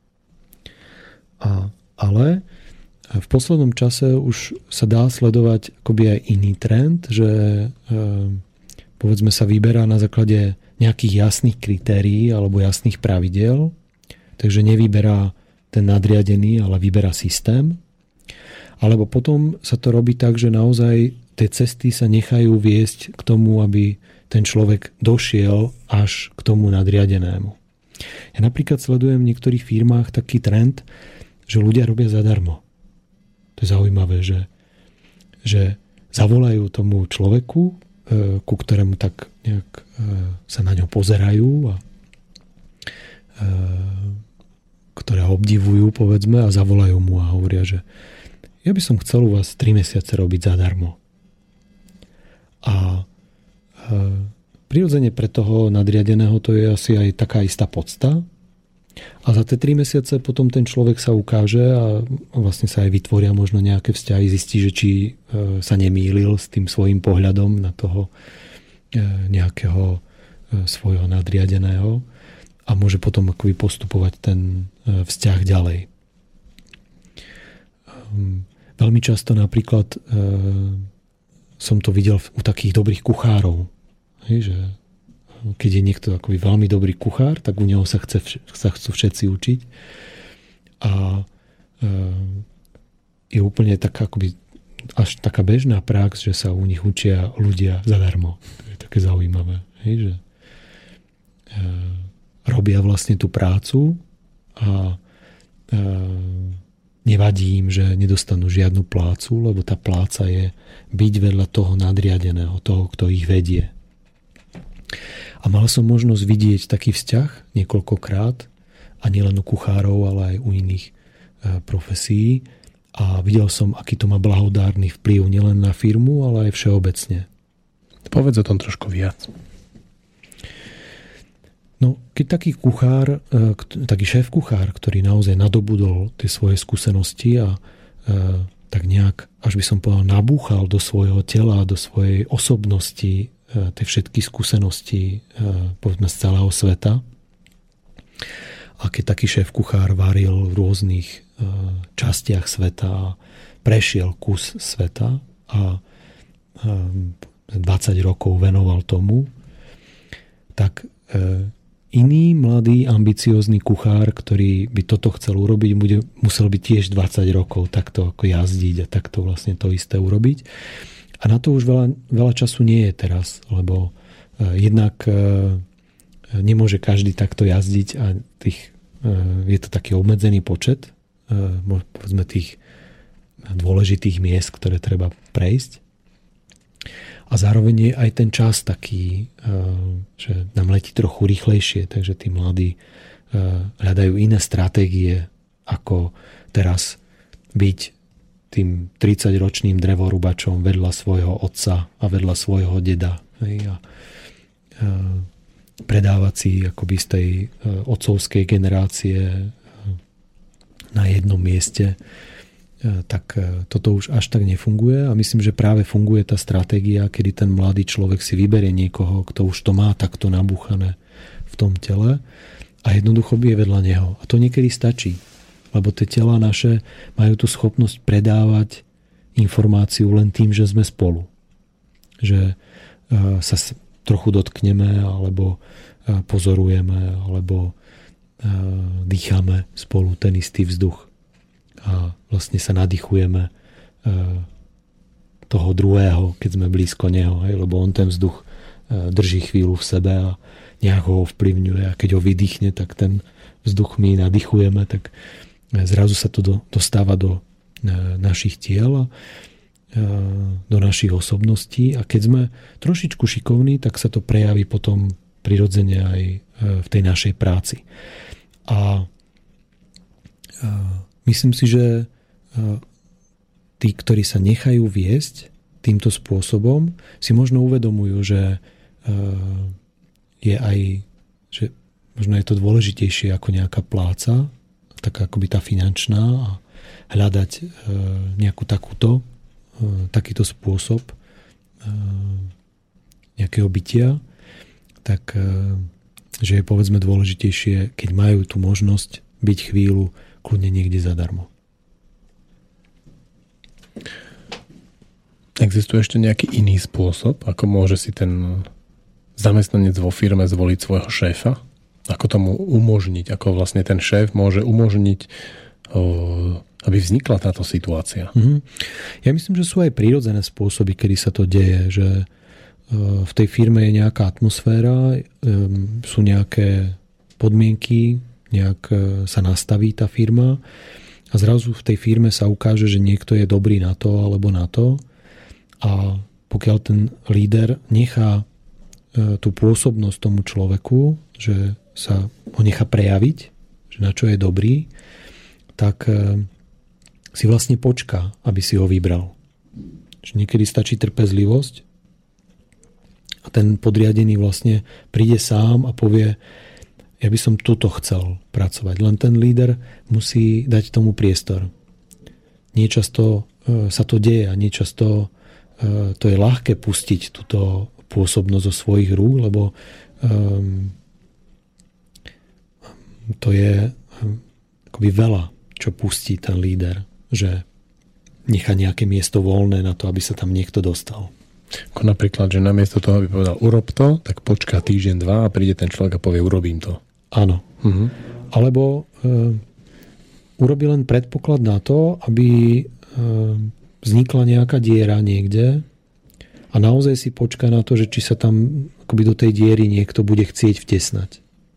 Ale v poslednom čase už sa dá sledovať akoby aj iný trend, že povedzme sa vyberá na základe nejakých jasných kritérií alebo jasných pravidiel, takže nevyberá ten nadriadený, ale vyberá systém. Alebo potom sa to robí tak, že naozaj tie cesty sa nechajú viesť k tomu, aby ten človek došiel až k tomu nadriadenému. Ja napríklad sledujem v niektorých firmách taký trend, že ľudia robia zadarmo. To je zaujímavé, že zavolajú tomu človeku, ku ktorému tak nejak sa na ňo pozerajú a ktorého obdivujú, povedzme, a zavolajú mu a hovoria, že ja by som chcel u vás 3 mesiace robiť zadarmo. A prirodzene pre toho nadriadeného to je asi aj taká istá podsta. A za tie 3 mesiace potom ten človek sa ukáže a vlastne sa aj vytvoria možno nejaké vzťahy, zistí, že či sa nemýlil s tým svojím pohľadom na toho nejakého svojho nadriadeného a môže potom akoby postupovať ten vzťah ďalej. Veľmi často napríklad som to videl u takých dobrých kuchárov, že keď je niekto akoby veľmi dobrý kuchár, tak u neho sa chcú všetci učiť a je úplne taká akoby až taká bežná prax, že sa u nich učia ľudia zadarmo. To je také zaujímavé, že robia vlastne tú prácu a nevadí im, že nedostanú žiadnu plácu, lebo tá pláca je byť vedľa toho nadriadeného, toho, kto ich vedie. A mal som možnosť vidieť taký vzťah niekoľkokrát, a nielen u kuchárov, ale aj u iných profesí. A videl som, aký to má blahodárny vplyv nielen na firmu, ale aj všeobecne. Povedz o tom trošku viac. No, keď taký kuchár, taký šéf-kuchár, ktorý naozaj nadobudol tie svoje skúsenosti a tak nejak, až by som povedal, nabúchal do svojho tela, do svojej osobnosti tie všetky skúsenosti, povedzme, z celého sveta. A keď taký šéf-kuchár varil v rôznych častiach sveta, prešiel kus sveta a 20 rokov venoval tomu, tak iný mladý, ambiciózny kuchár, ktorý by toto chcel urobiť, musel by tiež 20 rokov takto ako jazdiť a takto vlastne to isté urobiť. A na to už veľa času nie je teraz, lebo jednak nemôže každý takto jazdiť a je to taký obmedzený počet povedzme tých dôležitých miest, ktoré treba prejsť. A zároveň je aj ten čas taký, že nám letí trochu rýchlejšie, takže tí mladí hľadajú iné stratégie, ako teraz byť tým 30-ročným drevorúbačom vedľa svojho otca a vedľa svojho deda. A predávať si akoby z tej otcovskej generácie na jednom mieste, tak toto už až tak nefunguje a myslím, že práve funguje tá stratégia, kedy ten mladý človek si vyberie niekoho, kto už to má takto nabúchané v tom tele a jednoducho je vedľa neho. A to niekedy stačí, lebo tie tela naše majú tú schopnosť predávať informáciu len tým, že sme spolu. Že sa trochu dotkneme, alebo pozorujeme, alebo dýchame spolu ten istý vzduch. A vlastne sa nadýchujeme toho druhého, keď sme blízko neho, lebo on ten vzduch drží chvíľu v sebe a nejak ho ovplyvňuje a keď ho vydýchne, tak ten vzduch my nadýchujeme, tak zrazu sa to dostáva do našich tiel a do našich osobností a keď sme trošičku šikovní, tak sa to prejaví potom prirodzene aj v tej našej práci. A myslím si, že tí, ktorí sa nechajú viesť týmto spôsobom, si možno uvedomujú, že je aj, že možno je to dôležitejšie ako nejaká pláca, taká akoby tá finančná a hľadať nejakú takýto spôsob nejakého bytia, tak že je povedzme dôležitejšie, keď majú tú možnosť byť chvíľu kľudne niekde zadarmo. Existuje ešte nejaký iný spôsob, ako môže si ten zamestnanec vo firme zvoliť svojho šéfa? Ako tomu umožniť? Ako vlastne ten šéf môže umožniť, aby vznikla táto situácia? Ja myslím, že sú aj prírodzené spôsoby, kedy sa to deje, že v tej firme je nejaká atmosféra, sú nejaké podmienky, nejak sa nastaví tá firma a zrazu v tej firme sa ukáže, že niekto je dobrý na to alebo na to a pokiaľ ten líder nechá tú pôsobnosť tomu človeku, že sa ho nechá prejaviť, že na čo je dobrý, tak si vlastne počká, aby si ho vybral. Že niekedy stačí trpezlivosť a ten podriadený vlastne príde sám a povie, ja by som tuto chcel pracovať. Len ten líder musí dať tomu priestor. Niečasto sa to deje a niečasto to je ľahké pustiť túto pôsobnosť zo svojich rúk, lebo to je akoby veľa, čo pustí ten líder, že nechá nejaké miesto voľné na to, aby sa tam niekto dostal. Ako napríklad, že namiesto toho, aby povedal urob to, tak počká týždeň, 2 a príde ten človek a povie urobím to. Áno. Alebo urobí len predpoklad na to, aby vznikla nejaká diera niekde a naozaj si počká na to, že či sa tam akoby do tej diery niekto bude chcieť vtesnať.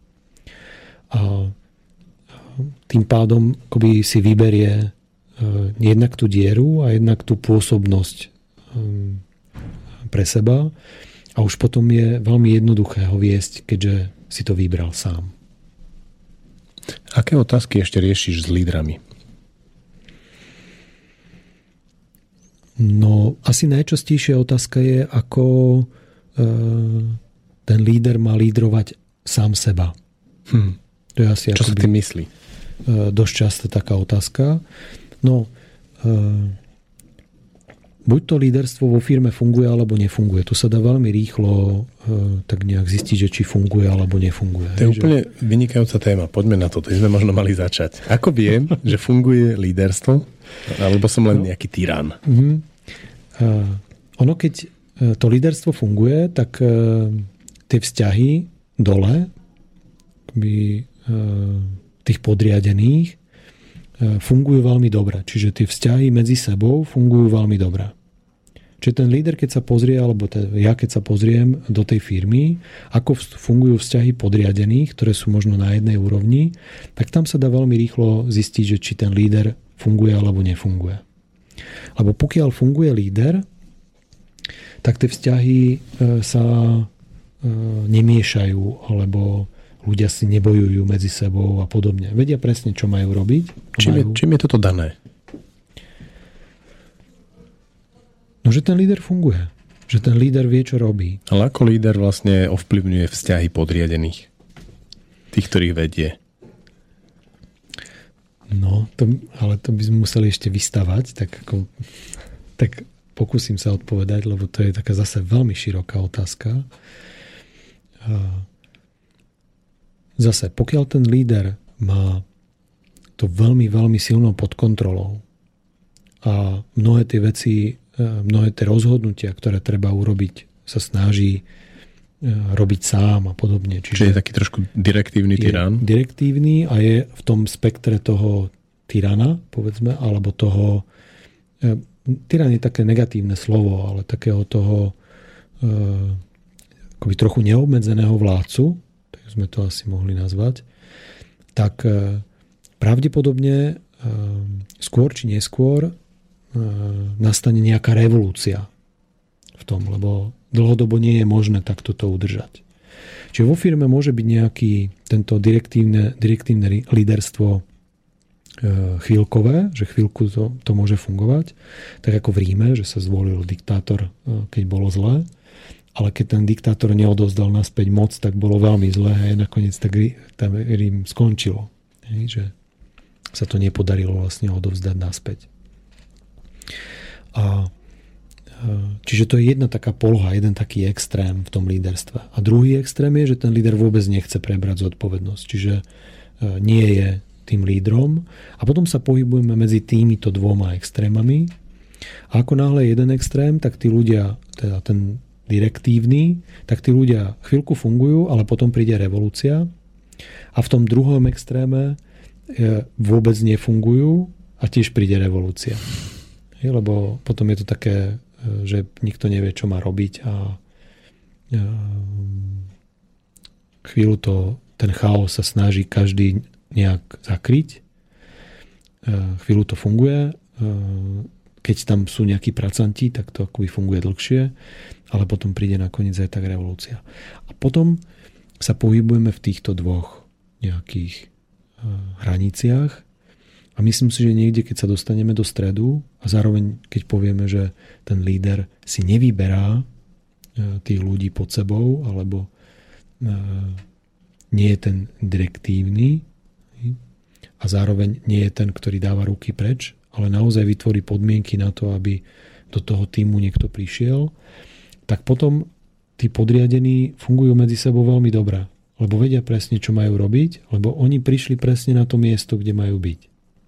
A tým pádom akoby si vyberie jednak tú dieru a jednak tú pôsobnosť pre seba a už potom je veľmi jednoduché ho viesť, keďže si to vybral sám. Aké otázky ešte riešiš s lídrami? No, asi najčastejšia otázka je, ako ten líder má lídrovať sám seba. To je asi čo sa tým myslí? Dosť často taká otázka. No, buď to líderstvo vo firme funguje alebo nefunguje. To sa dá veľmi rýchlo tak nejak zistiť, že či funguje alebo nefunguje. To je úplne vynikajúca téma. Poďme na to. To sme možno mali začať. Ako viem, že funguje líderstvo? Alebo som len nejaký tyran? Ono, keď to líderstvo funguje, tak tie vzťahy dole tých podriadených fungujú veľmi dobre. Čiže tie vzťahy medzi sebou fungujú veľmi dobre. Čiže ten líder, keď sa pozrie, alebo ja keď sa pozriem do tej firmy, ako fungujú vzťahy podriadených, ktoré sú možno na jednej úrovni, tak tam sa dá veľmi rýchlo zistiť, že či ten líder funguje alebo nefunguje. Lebo pokiaľ funguje líder, tak tie vzťahy sa nemiešajú, alebo ľudia si nebojujú medzi sebou a podobne. Vedia presne, čo majú robiť. Čím je toto dané? No, že ten líder funguje. Že ten líder vie, čo robí. Ale ako líder vlastne ovplyvňuje vzťahy podriadených? Tých, ktorých vedie? No, ale to by sme museli ešte vystavať. Tak pokúsim sa odpovedať, lebo to je taká zase veľmi široká otázka. Zase, pokiaľ ten líder má to veľmi, veľmi silno pod kontrolou a mnohé tie veci, mnohé tie rozhodnutia, ktoré treba urobiť, sa snaží robiť sám a podobne. Čiže je taký trošku direktívny tyran? Direktívny a je v tom spektre toho tyrana, povedzme, alebo toho... Tyran je také negatívne slovo, ale takého toho akoby trochu neobmedzeného vládcu, sme to asi mohli nazvať, tak pravdepodobne skôr či neskôr nastane nejaká revolúcia v tom, lebo dlhodobo nie je možné takto to udržať. Čiže vo firme môže byť nejaký tento direktívne líderstvo chvíľkové, že chvíľku to môže fungovať, tak ako v Ríme, že sa zvolil diktátor, keď bolo zlé. Ale keď ten diktátor neodovzdal naspäť moc, tak bolo veľmi zlé a nakoniec tak Rím skončilo. Že sa to nepodarilo vlastne odovzdať naspäť. Čiže to je jedna taká poloha, jeden taký extrém v tom líderstve. A druhý extrém je, že ten líder vôbec nechce prebrať zodpovednosť. Čiže nie je tým lídrom. A potom sa pohybujeme medzi týmito dvoma extrémami. A ako náhle jeden extrém, tak tí ľudia, teda ten direktívny, tak tí ľudia chvíľku fungujú, ale potom príde revolúcia a v tom druhom extréme vôbec nefungujú a tiež príde revolúcia. Lebo potom je to také, že nikto nevie, čo má robiť a chvíľu ten chaos sa snaží každý nejak zakryť. Chvíľu to funguje. Keď tam sú nejakí pracanti, tak to akoby funguje dlhšie, ale potom príde nakoniec aj tak revolúcia. A potom sa pohybujeme v týchto dvoch nejakých hraniciach a myslím si, že niekde, keď sa dostaneme do stredu a zároveň, keď povieme, že ten líder si nevyberá tých ľudí pod sebou, alebo nie je ten direktívny a zároveň nie je ten, ktorý dáva ruky preč, ale naozaj vytvorí podmienky na to, aby do toho týmu niekto prišiel, tak potom tí podriadení fungujú medzi sebou veľmi dobre. Lebo vedia presne, čo majú robiť, lebo oni prišli presne na to miesto, kde majú byť.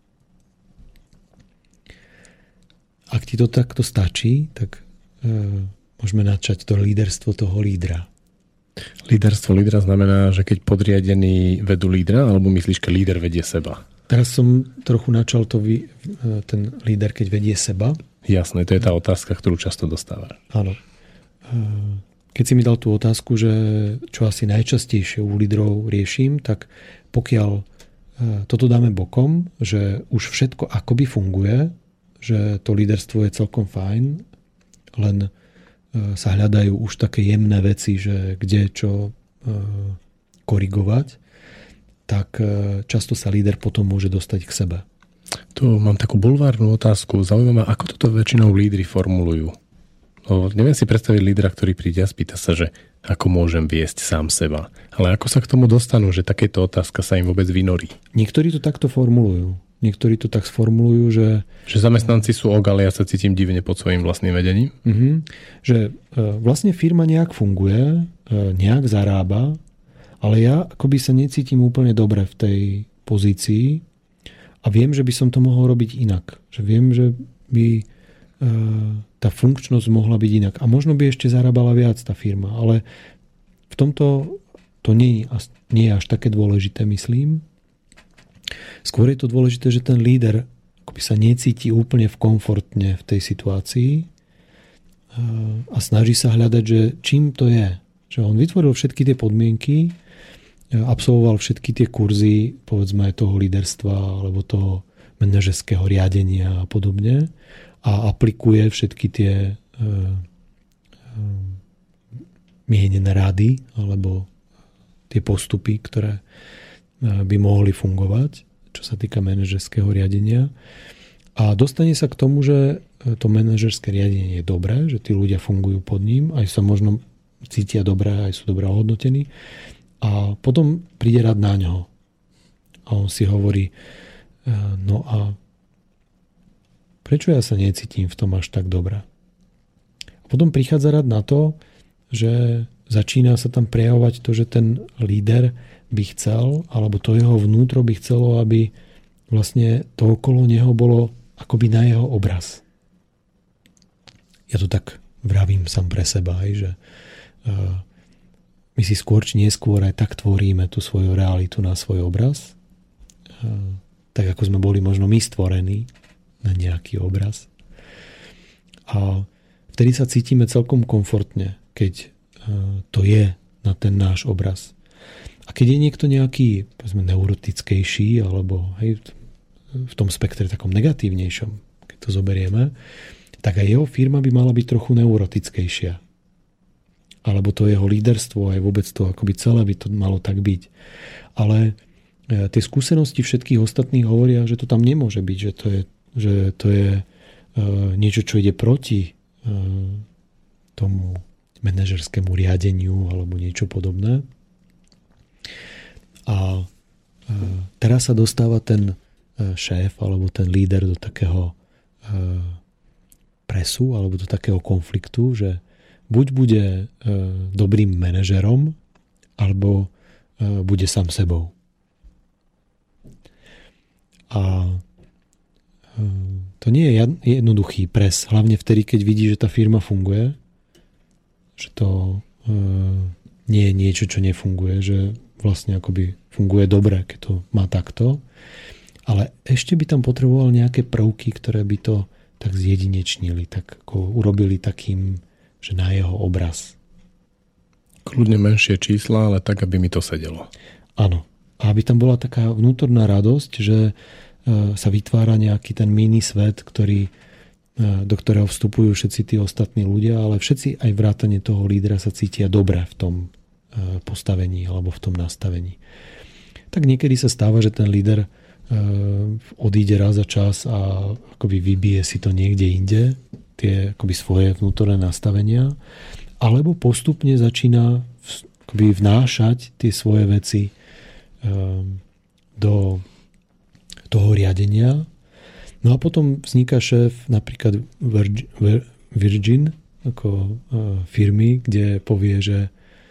Ak ti to takto stačí, tak môžeme načať to líderstvo toho lídra. Líderstvo lídra znamená, že keď podriadení vedú lídra, alebo myslíš, že líder vedie seba? Teraz som trochu načal ten líder, keď vedie seba. Jasné, to je tá otázka, ktorú často dostáva. Áno. Keď si mi dal tú otázku, že čo asi najčastejšie u lídrov riešim, tak pokiaľ toto dáme bokom, že už všetko akoby funguje, že to líderstvo je celkom fajn, len sa hľadajú už také jemné veci, že kde čo korigovať, tak často sa líder potom môže dostať k sebe. Tu mám takú bulvárnu otázku. Zaujímavé, ako toto väčšinou lídri formulujú. No, neviem si predstaviť lídra, ktorý príde a spýta sa, že ako môžem viesť sám seba. Ale ako sa k tomu dostanú, že takéto otázka sa im vôbec vynorí? Niektorí to takto formulujú. niektorí to tak sformulujú, že... Že zamestnanci sú ok, ale ja sa cítim divne pod svojím vlastným vedením. Že vlastne firma nejak funguje, nejak zarába, ale ja akoby sa necítim úplne dobre v tej pozícii a viem, že by som to mohol robiť inak. Že viem, že by tá funkčnosť mohla byť inak. A možno by ešte zarábala viac tá firma, ale v tomto to nie je až také dôležité, myslím. Skôr je to dôležité, že ten líder akoby sa necíti úplne komfortne v tej situácii a snaží sa hľadať, že čím to je. Že on vytvoril všetky tie podmienky, absolvoval všetky tie kurzy, povedzme aj toho líderstva alebo toho manažerského riadenia a podobne a aplikuje všetky tie mienené rady alebo tie postupy, ktoré by mohli fungovať, čo sa týka manažerského riadenia. A dostane sa k tomu, že to manažerské riadenie je dobré, že tí ľudia fungujú pod ním, aj sa možno cítia dobre, aj sú dobre ohodnotení. A potom príde rád na ňo. A on si hovorí, no a prečo ja sa necítim v tom až tak dobre? A potom prichádza rád na to, že začína sa tam prejavovať to, že ten líder by chcel, alebo to jeho vnútro by chcelo, aby vlastne to okolo neho bolo akoby na jeho obraz. Ja to tak vravím sám pre seba, aj, že my si skôr či neskôr aj tak tvoríme tú svoju realitu na svoj obraz, tak ako sme boli možno my stvorení na nejaký obraz. A vtedy sa cítime celkom komfortne, keď to je na ten náš obraz. A keď je niekto nejaký, povedzme, neurotickejší, alebo hej, v tom spektre takom negatívnejšom, keď to zoberieme, tak aj jeho firma by mala byť trochu neurotickejšia. Alebo to jeho líderstvo, aj vôbec to akoby celé by to malo tak byť. Ale tie skúsenosti všetkých ostatných hovoria, že to tam nemôže byť, že to je niečo, čo ide proti tomu manažerskému riadeniu alebo niečo podobné. A teraz sa dostáva ten šéf alebo ten líder do takého presu alebo do takého konfliktu, že buď bude dobrým manažerom alebo bude sám sebou. A to nie je jednoduchý pres, hlavne vtedy, keď vidí, že tá firma funguje, že to nie je niečo, čo nefunguje, že vlastne akoby funguje dobre, keď to má takto. Ale ešte by tam potreboval nejaké prvky, ktoré by to tak zjedinečnili, tak ako urobili takým, že na jeho obraz. Kľudne menšie čísla, ale tak, aby mi to sedelo. Áno. A aby tam bola taká vnútorná radosť, že sa vytvára nejaký ten mini svet, do ktorého vstupujú všetci tí ostatní ľudia, ale všetci aj vrátane toho lídra sa cítia dobre v tom postavení alebo v tom nastavení. Tak niekedy sa stáva, že ten líder odíde raz za čas a akoby vybije si to niekde inde, tie akoby svoje vnútorné nastavenia, alebo postupne začína akoby vnášať tie svoje veci do toho riadenia. No a potom vzniká šéf napríklad Virgin ako firmy, kde povie, že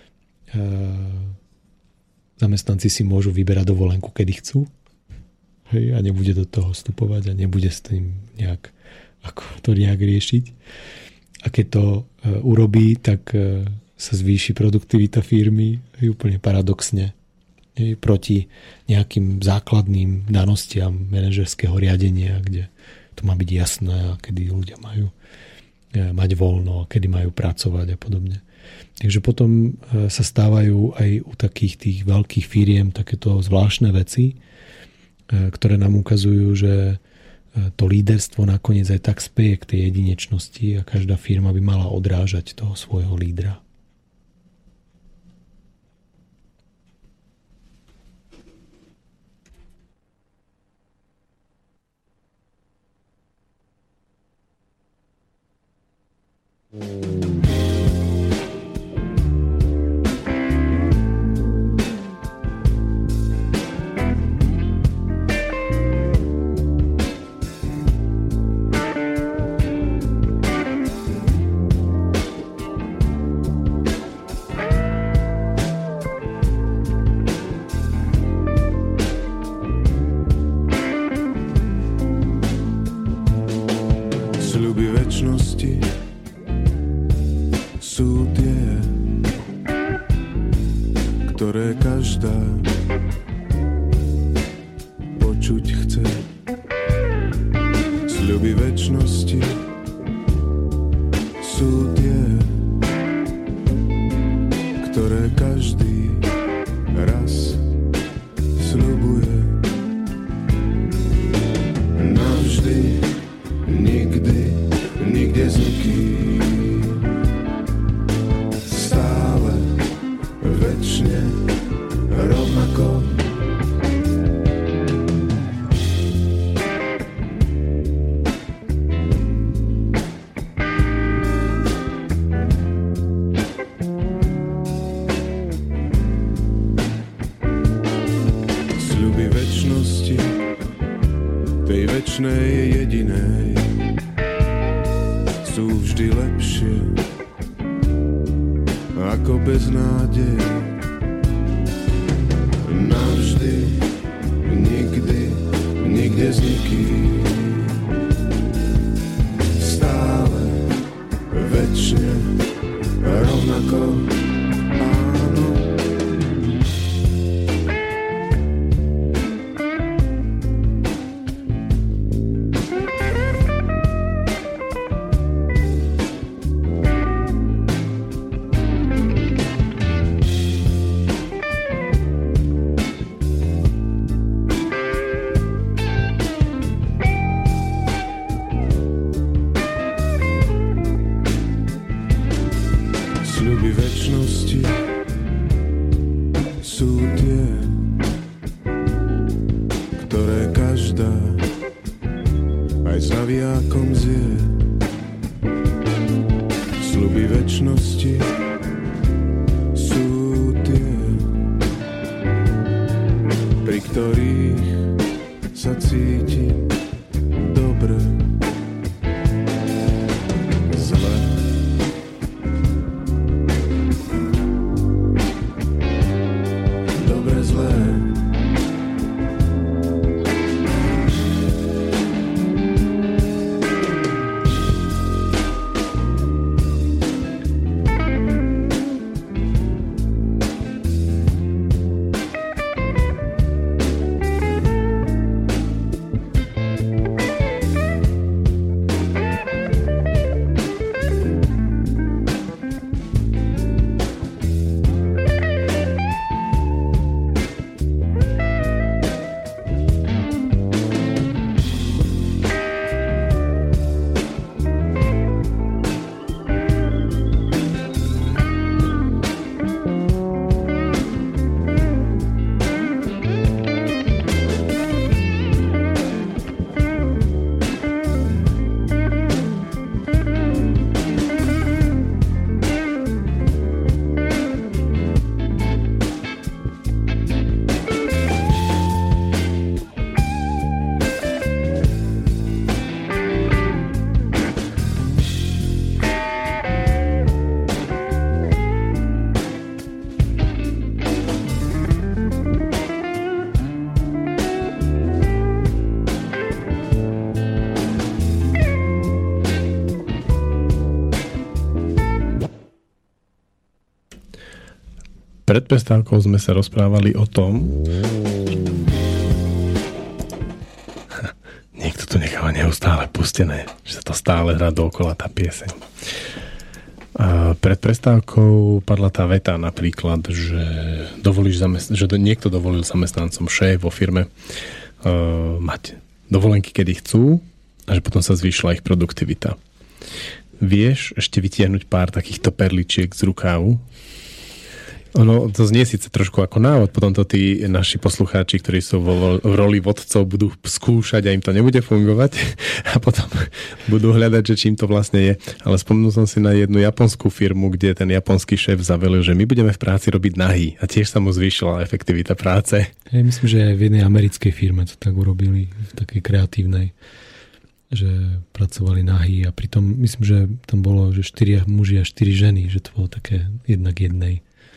zamestnanci si môžu vyberať dovolenku, kedy chcú. Hej, a nebude do toho vstupovať a nebude s tým nejak riešiť. A keď to urobí, tak sa zvýši produktivita firmy úplne paradoxne proti nejakým základným danostiam manažerského riadenia, kde to má byť jasné a kedy ľudia majú mať voľno a kedy majú pracovať a podobne. Takže potom sa stávajú aj u takých tých veľkých firiem takéto zvláštne veci, ktoré nám ukazujú, že to líderstvo nakoniec aj tak speje k tej jedinečnosti a každá firma by mala odrážať toho svojho lídra. sú tie, ktoré každá počuť chce. Sľuby večnosti sú tie, ktoré každý raz sľubuje. Navždy, nikdy, nikde s nikým, stále, večne, rovnako. Sľuby večnosti, tej večnej jedinej, sú vždy lepšie ako beznádej. Navždy, nikdy, nikde s nikým, stále, večne, rovnako. Áno. Sľuby večnosti sú tie, ktoré každá aj s navijákom zje. Sľuby večnosti sú tie, pri ktorých sa cíti dobre, zle. Dobre, zlé. Pred prestávkou sme sa rozprávali o tom, niekto tu necháva neustále pustené, že sa to stále hrá dookola tá pieseň. A pred prestávkou padla tá veta napríklad, že niekto dovolil zamestnancom šéf vo firme mať dovolenky, kedy chcú, a že potom sa zvýšila ich produktivita. Vieš ešte vytiahnuť pár takýchto perličiek z rukávu? Ono, to znie síce trošku ako návod, potom to tí naši poslucháči, ktorí sú v roli vodcov, budú skúšať a im to nebude fungovať a potom budú hľadať, že čím to vlastne je. Ale spomenul som si na jednu japonskú firmu, kde ten japonský šéf zavelil, že my budeme v práci robiť nahý a tiež sa mu zvýšila efektivita práce. Ja myslím, že aj v jednej americkej firme to tak urobili, v takej kreatívnej, že pracovali nahý a pritom myslím, že tam bolo, že 4 muži a 4 ženy, že to bolo také jedna k jednej.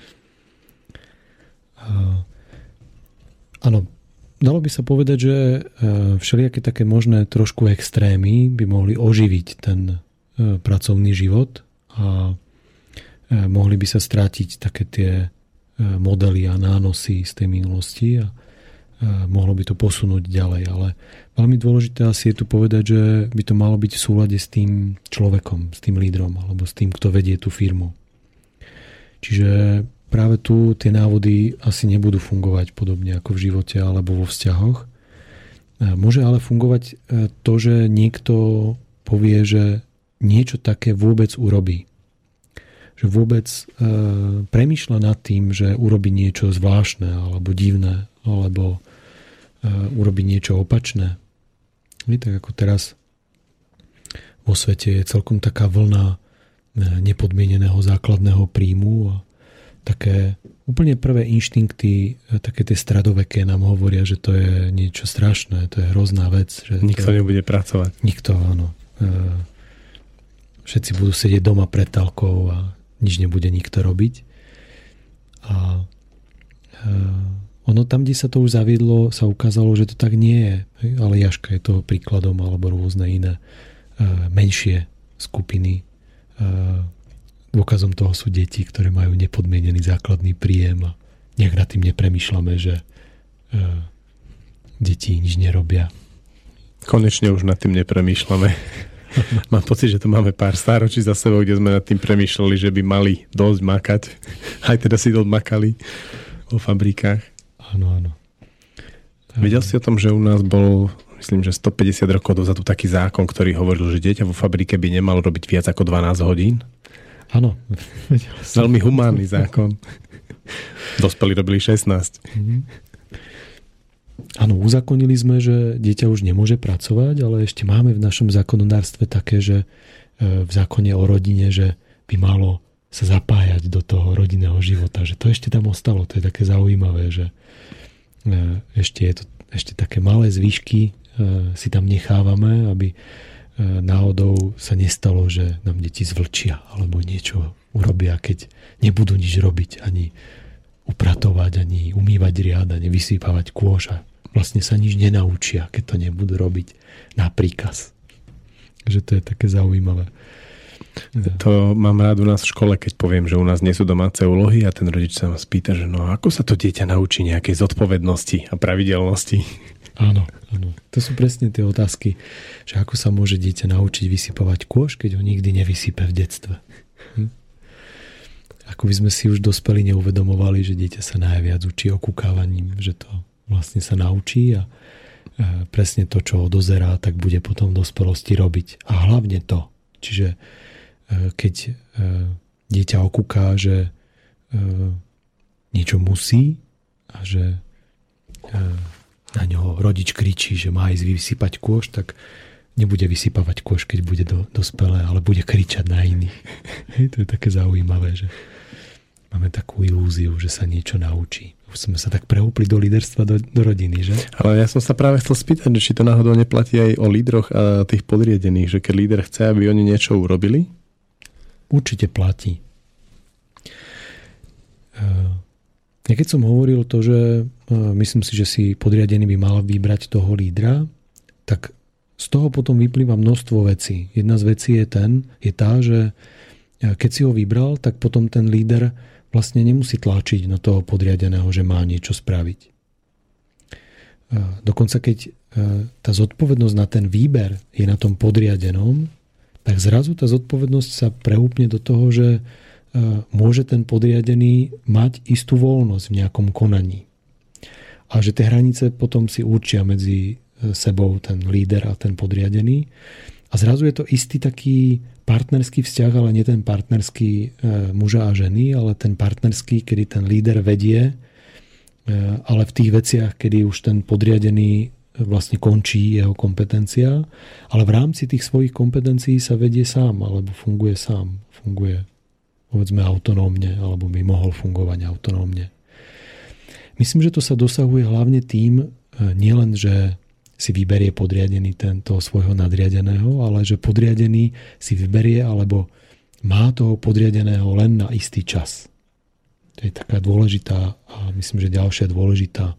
Áno, dalo by sa povedať, že všelijaké také možné trošku extrémy by mohli oživiť ten pracovný život a mohli by sa strátiť také tie modely a nánosy z tej minulosti a mohlo by to posunúť ďalej. Ale veľmi dôležité asi je tu povedať, že by to malo byť v súlade s tým človekom, s tým lídrom alebo s tým, kto vedie tú firmu. Čiže práve tu tie návody asi nebudú fungovať podobne ako v živote alebo vo vzťahoch. Môže ale fungovať to, že niekto povie, že niečo také vôbec urobí. Že vôbec premýšľa nad tým, že urobí niečo zvláštne alebo divné, alebo urobí niečo opačné. Tak ako teraz vo svete je celkom taká vlna nepodmieneného základného príjmu a také úplne prvé inštinkty, také tie stradoveké nám hovoria, že to je niečo strašné, to je hrozná vec. Že nikto nebude pracovať. Nikto, áno. Všetci budú sedieť doma pred talkou a nič nebude nikto robiť. A ono tam, kde sa to už zaviedlo, sa ukázalo, že to tak nie je. Ale Jaška je toho príkladom, alebo rôzne iné menšie skupiny. Dôkazom toho sú deti, ktoré majú nepodmienený základný príjem a nejak nad tým nepremýšľame, že deti nič nerobia. Konečne už nad tým nepremýšľame. Mám pocit, že tu máme pár stáročí za sebou, kde sme nad tým premýšľali, že by mali dosť makať. Aj teda si dosť makali vo fabrikách. Áno, áno. Videl si o tom, že u nás bol, myslím, že 150 rokov dozadu taký zákon, ktorý hovoril, že dieťa vo fabrike by nemalo robiť viac ako 12 hodín? Áno. Veľmi humánny zákon. Dospelí robili 16. Áno, uzakonili sme, že dieťa už nemôže pracovať, ale ešte máme v našom zákonodárstve také, že v zákone o rodine, že by malo sa zapájať do toho rodinného života. Že to ešte tam ostalo. To je také zaujímavé, že ešte je to ešte také malé zvyšky si tam nechávame, aby náhodou sa nestalo, že nám deti zvlčia alebo niečo urobia, keď nebudú nič robiť, ani upratovať, ani umývať riad, ani vysypávať kôž a vlastne sa nič nenaučia, keď to nebudú robiť na príkaz. Že to je také zaujímavé. To mám rád u nás v škole, keď poviem, že u nás nie sú domáce úlohy a ten rodič sa ma spýta, že no ako sa to dieťa naučí nejakej zodpovednosti a pravidelnosti? Áno, áno. To sú presne tie otázky, že ako sa môže dieťa naučiť vysypávať kôš, keď ho nikdy nevysype v detstve. Ako by sme si už dospeli neuvedomovali, že dieťa sa najviac učí okúkávaním, že to vlastne sa naučí a presne to, čo odozerá, tak bude potom v dospelosti robiť. A hlavne to. Čiže keď dieťa okúká, že niečo musí a že na ňoho rodič kričí, že má ísť vysypať kôš, tak nebude vysypávať kôš, keď bude dospelé, ale bude kričať na iných. To je také zaujímavé, že máme takú ilúziu, že sa niečo naučí. Už sme sa tak prehúpli do líderstva, do rodiny, že? Ale ja som sa práve chcel spýtať, či to náhodou neplatí aj o lídroch a tých podriadených, že keď líder chce, aby oni niečo urobili? Určite platí. Ja keď som hovoril to, že myslím si, že si podriadený by mal vybrať toho lídra, tak z toho potom vyplýva množstvo vecí. Jedna z vecí je tá, že keď si ho vybral, tak potom ten líder vlastne nemusí tlačiť na toho podriadeného, že má niečo spraviť. Dokonca keď tá zodpovednosť na ten výber je na tom podriadenom, tak zrazu tá zodpovednosť sa prehúpne do toho, že môže ten podriadený mať istú voľnosť v nejakom konaní. A že tie hranice potom si určia medzi sebou ten líder a ten podriadený. A zrazu je to istý taký partnerský vzťah, ale nie ten partnerský muža a ženy, ale ten partnerský, kedy ten líder vedie, ale v tých veciach, kedy už ten podriadený vlastne končí jeho kompetencia, ale v rámci tých svojich kompetencií sa vedie sám, alebo funguje sám. Funguje, povedzme, autonómne, alebo by mohol fungovať autonómne. Myslím, že to sa dosahuje hlavne tým, nielen, že si vyberie podriadený toho svojho nadriadeného, ale že podriadený si vyberie alebo má toho podriadeného len na istý čas. To je taká dôležitá a myslím, že ďalšia dôležitá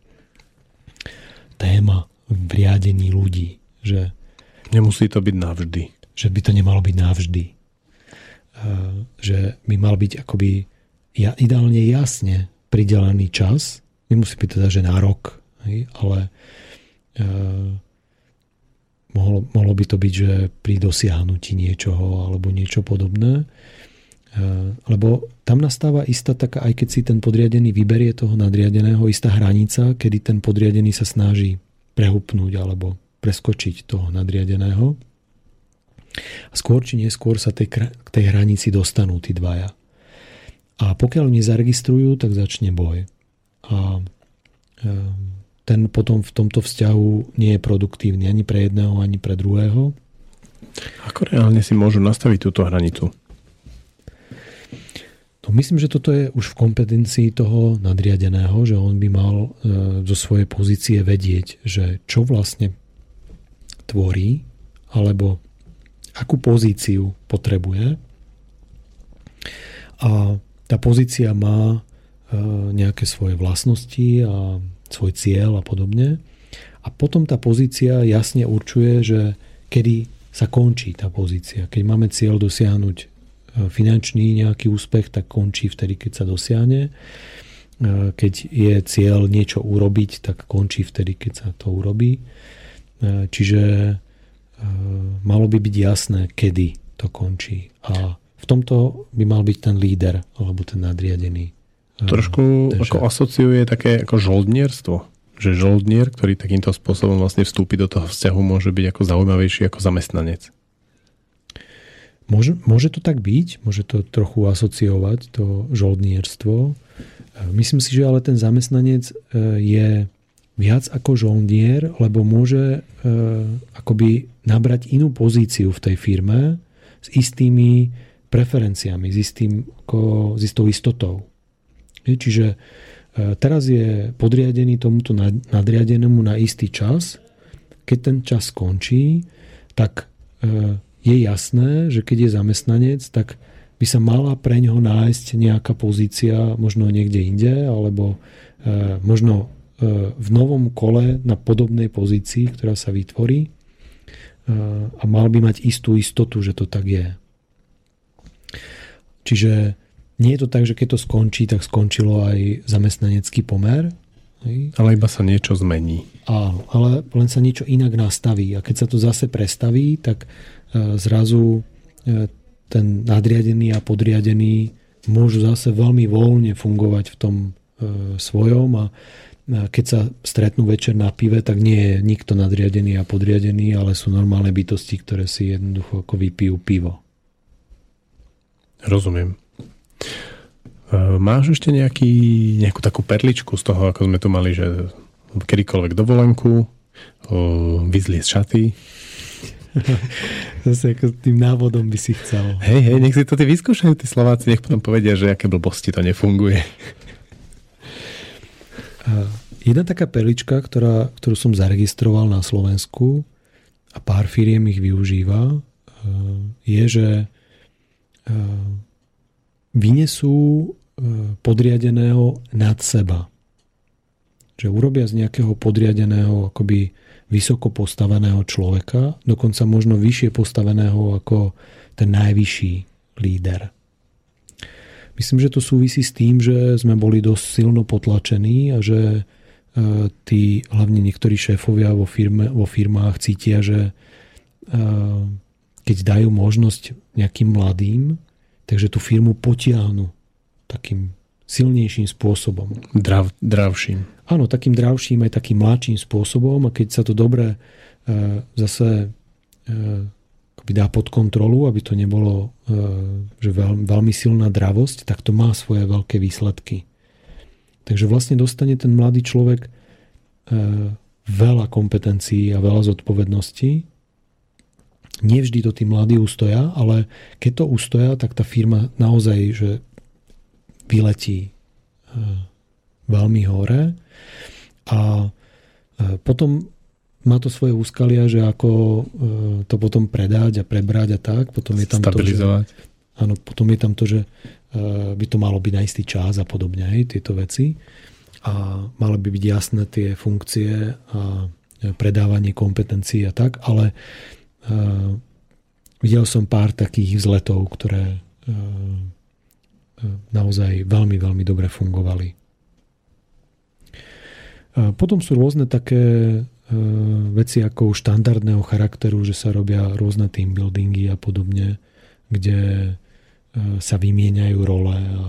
téma v riadení ľudí. Že nemusí to byť navždy. Že by to nemalo byť navždy. že by mal byť akoby ideálne jasne pridelený čas. Nemusí byť teda, že na rok, ale mohlo by to byť, že pri dosiahnutí niečoho alebo niečo podobné. Lebo tam nastáva istá taká, aj keď si ten podriadený vyberie toho nadriadeného, istá hranica, kedy ten podriadený sa snaží prehupnúť alebo preskočiť toho nadriadeného. A skôr či neskôr sa k tej hranici dostanú tí dvaja. A pokiaľ nezaregistrujú, tak začne boj. A ten potom v tomto vzťahu nie je produktívny ani pre jedného, ani pre druhého. Ako reálne si môžu nastaviť túto hranicu? No, myslím, že toto je už v kompetencii toho nadriadeného, že on by mal zo svojej pozície vedieť, že čo vlastne tvorí, alebo akú pozíciu potrebuje. A tá pozícia má nejaké svoje vlastnosti a svoj cieľ a podobne. A potom tá pozícia jasne určuje, že kedy sa končí tá pozícia. Keď máme cieľ dosiahnuť finančný nejaký úspech, tak končí vtedy, keď sa dosiahne. Keď je cieľ niečo urobiť, tak končí vtedy, keď sa to urobí. Čiže malo by byť jasné, kedy to končí. A v tomto by mal byť ten líder alebo ten nadriadený. Trošku ako asociuje také ako žoldnierstvo. Že žoldnier, ktorý takýmto spôsobom vlastne vstúpi do toho vzťahu, môže byť ako zaujímavejší ako zamestnanec. Môže to tak byť, môže to trochu asociovať, to žoldnierstvo. Myslím si, že ale ten zamestnanec je viac ako žoldier, lebo môže akoby nabrať inú pozíciu v tej firme s istými preferenciami, s istou istotou. Čiže teraz je podriadený tomuto nadriadenému na istý čas. Keď ten čas skončí, tak je jasné, že keď je zamestnanec, tak by sa mala pre ňoho nájsť nejaká pozícia možno niekde inde, alebo možno v novom kole na podobnej pozícii, ktorá sa vytvorí, a mal by mať istú istotu, že to tak je. Čiže nie je to tak, že keď to skončí, tak skončilo aj zamestnanecký pomer. Ale iba sa niečo zmení. Áno, ale len sa niečo inak nastaví. A keď sa to zase prestaví, tak zrazu ten nadriadený a podriadený môžu zase veľmi voľne fungovať v tom svojom a keď sa stretnú večer na pive, tak nie je nikto nadriadený a podriadený, ale sú normálne bytosti, ktoré si jednoducho ako vypijú pivo. Rozumiem. Máš ešte nejakú takú perličku z toho, ako sme tu mali, že kedykoľvek dovolenku, vyzliec šaty? Zase ako tým návodom by si chcel. Hej, nech si to tí vyskúšajú, tí Slováci, nech potom povedia, že aké blbosti to nefunguje. Jedna taká perlička, ktorú som zaregistroval na Slovensku a pár firiem ich využíva, je, že vynesú podriadeného nad seba. Že urobia z nejakého podriadeného akoby vysoko postaveného človeka, dokonca možno vyššie postaveného ako ten najvyšší líder. Myslím, že to súvisí s tým, že sme boli dosť silno potlačení a že tí, hlavne niektorí šéfovia vo firmách cítia, že keď dajú možnosť nejakým mladým, takže tú firmu potiahnu takým silnejším spôsobom. Dravším. Áno, takým dravším aj takým mladším spôsobom a keď sa to dobre zase dá pod kontrolu, aby to nebolo že veľmi silná dravosť, tak to má svoje veľké výsledky. Takže vlastne dostane ten mladý človek veľa kompetencií a veľa zodpovedností. Nevždy to tí mladí ustoja, ale keď to ustoja, tak tá firma naozaj že vyletí veľmi hore a potom má to svoje úskalia, že ako to potom predať a prebrať a tak. Potom je tam stabilizovať. To, že, áno, potom je tam to, že by to malo byť na istý čas a podobne, hej, tieto veci. A mali by byť jasné tie funkcie a predávanie kompetencií a tak, ale videl som pár takých vzletov, ktoré naozaj veľmi, veľmi dobre fungovali. Potom sú rôzne také veci ako štandardného charakteru, že sa robia rôzne team buildingy a podobne, kde sa vymieňajú role a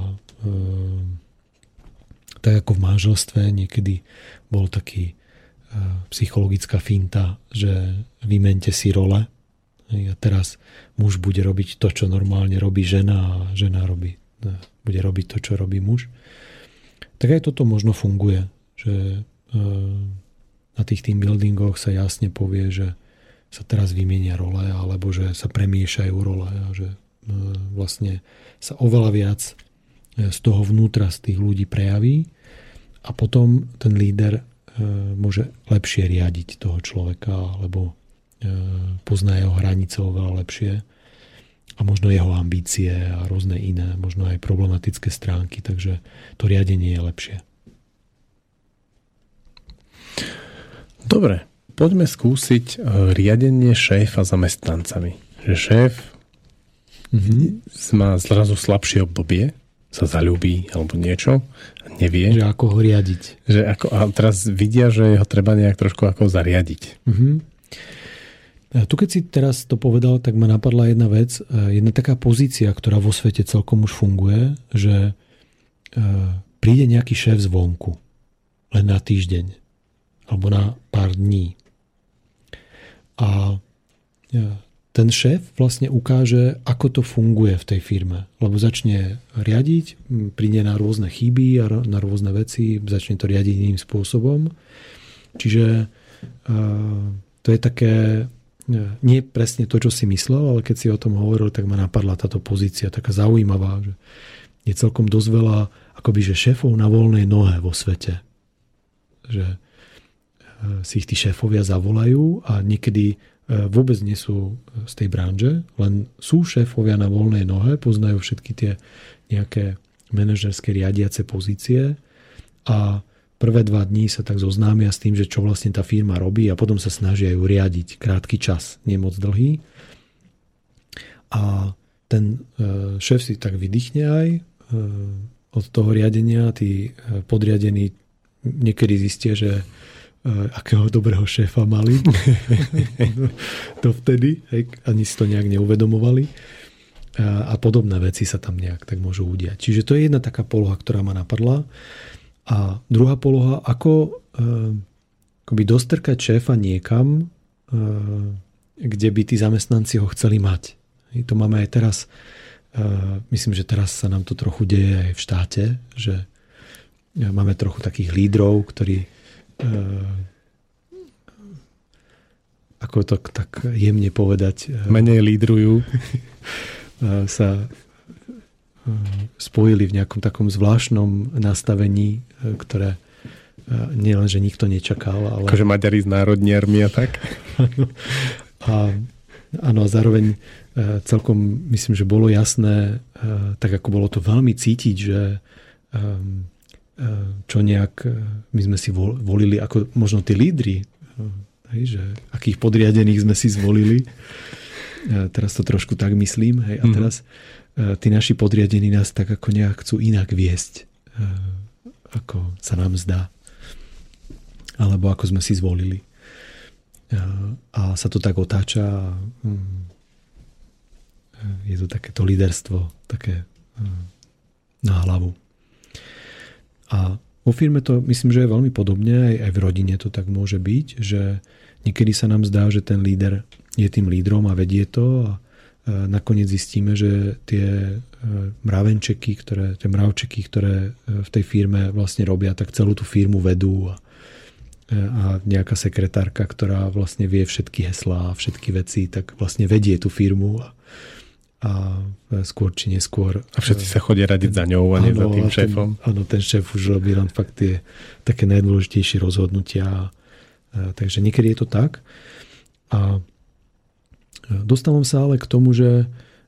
tak ako v manželstve niekedy bol taký psychologická finta, že vymeňte si role a teraz muž bude robiť to, čo normálne robí žena a žena bude robiť to, čo robí muž. Tak aj toto možno funguje, že na tých team buildingoch sa jasne povie, že sa teraz vymenia role alebo že sa premiešajú role a že vlastne sa oveľa viac z toho vnútra z tých ľudí prejaví a potom ten líder môže lepšie riadiť toho človeka alebo pozná jeho hranice oveľa lepšie a možno jeho ambície a rôzne iné, možno aj problematické stránky, takže to riadenie je lepšie. Dobre, poďme skúsiť riadenie šéfa zamestnancami. Že šéf má zrazu slabšie obdobie, sa zaľúbi alebo niečo, nevie. Že ako ho riadiť. A teraz vidia, že ho treba nejak trošku ako zariadiť. A tu keď si teraz to povedal, tak ma napadla jedna vec, jedna taká pozícia, ktorá vo svete celkom už funguje, že príde nejaký šéf zvonku len na týždeň alebo na pár dní. A ten šéf vlastne ukáže, ako to funguje v tej firme. Lebo začne riadiť, príde na rôzne chyby a na rôzne veci, začne to riadiť iným spôsobom. Čiže to je také, nie presne to, čo si myslel, ale keď si o tom hovoril, tak ma napadla táto pozícia, taká zaujímavá, že je celkom dosť veľa akoby, že šéfov na voľnej nohe vo svete. Že si ich tí šéfovia zavolajú a niekedy vôbec nie sú z tej branže, len sú šéfovia na voľnej nohe, poznajú všetky tie nejaké manažerské riadiace pozície a prvé 2 dní sa tak zoznámia s tým, že čo vlastne tá firma robí a potom sa snažia ju riadiť krátky čas, nie moc dlhý. A ten šéf si tak vydýchne aj od toho riadenia, tí podriadení niekedy zistia, že akého dobrého šéfa mali dovtedy, ani si to nejak neuvedomovali a podobné veci sa tam nejak tak môžu udiať. Čiže to je jedna taká poloha, ktorá ma napadla. A druhá poloha, ako akoby dostrkať šéfa niekam, kde by tí zamestnanci ho chceli mať. To máme aj teraz, myslím, že teraz sa nám to trochu deje aj v štáte, že máme trochu takých lídrov, ktorí ako to tak jemne povedať, menej lídrujú, sa spojili v nejakom takom zvláštnom nastavení, ktoré nie len, že nikto nečakal, ale... Akože Maďari s národniarmi a tak? Áno, a zároveň celkom myslím, že bolo jasné, tak ako bolo to veľmi cítiť, že čo nejak my sme si volili ako možno tí lídri, že akých podriadených sme si zvolili. Teraz to trošku tak myslím. A teraz tí naši podriadení nás tak ako nejak chcú inak viesť, ako sa nám zdá. Alebo ako sme si zvolili. A sa to tak otáča a je to takéto líderstvo také na hlavu. A vo firme to myslím, že je veľmi podobne, aj v rodine to tak môže byť, že niekedy sa nám zdá, že ten líder je tým lídrom a vedie to a nakoniec zistíme, že tie mravenčeky, tie mravčeky, ktoré v tej firme vlastne robia, tak celú tú firmu vedú a nejaká sekretárka, ktorá vlastne vie všetky heslá a všetky veci, tak vlastne vedie tú firmu a skôr či neskôr... A všetci sa chodia radiť za ňou a nie za tým šéfom. Áno, ten šéf už robí len fakt tie také najdôležitejšie rozhodnutia. Takže niekedy je to tak. A dostávam sa ale k tomu, že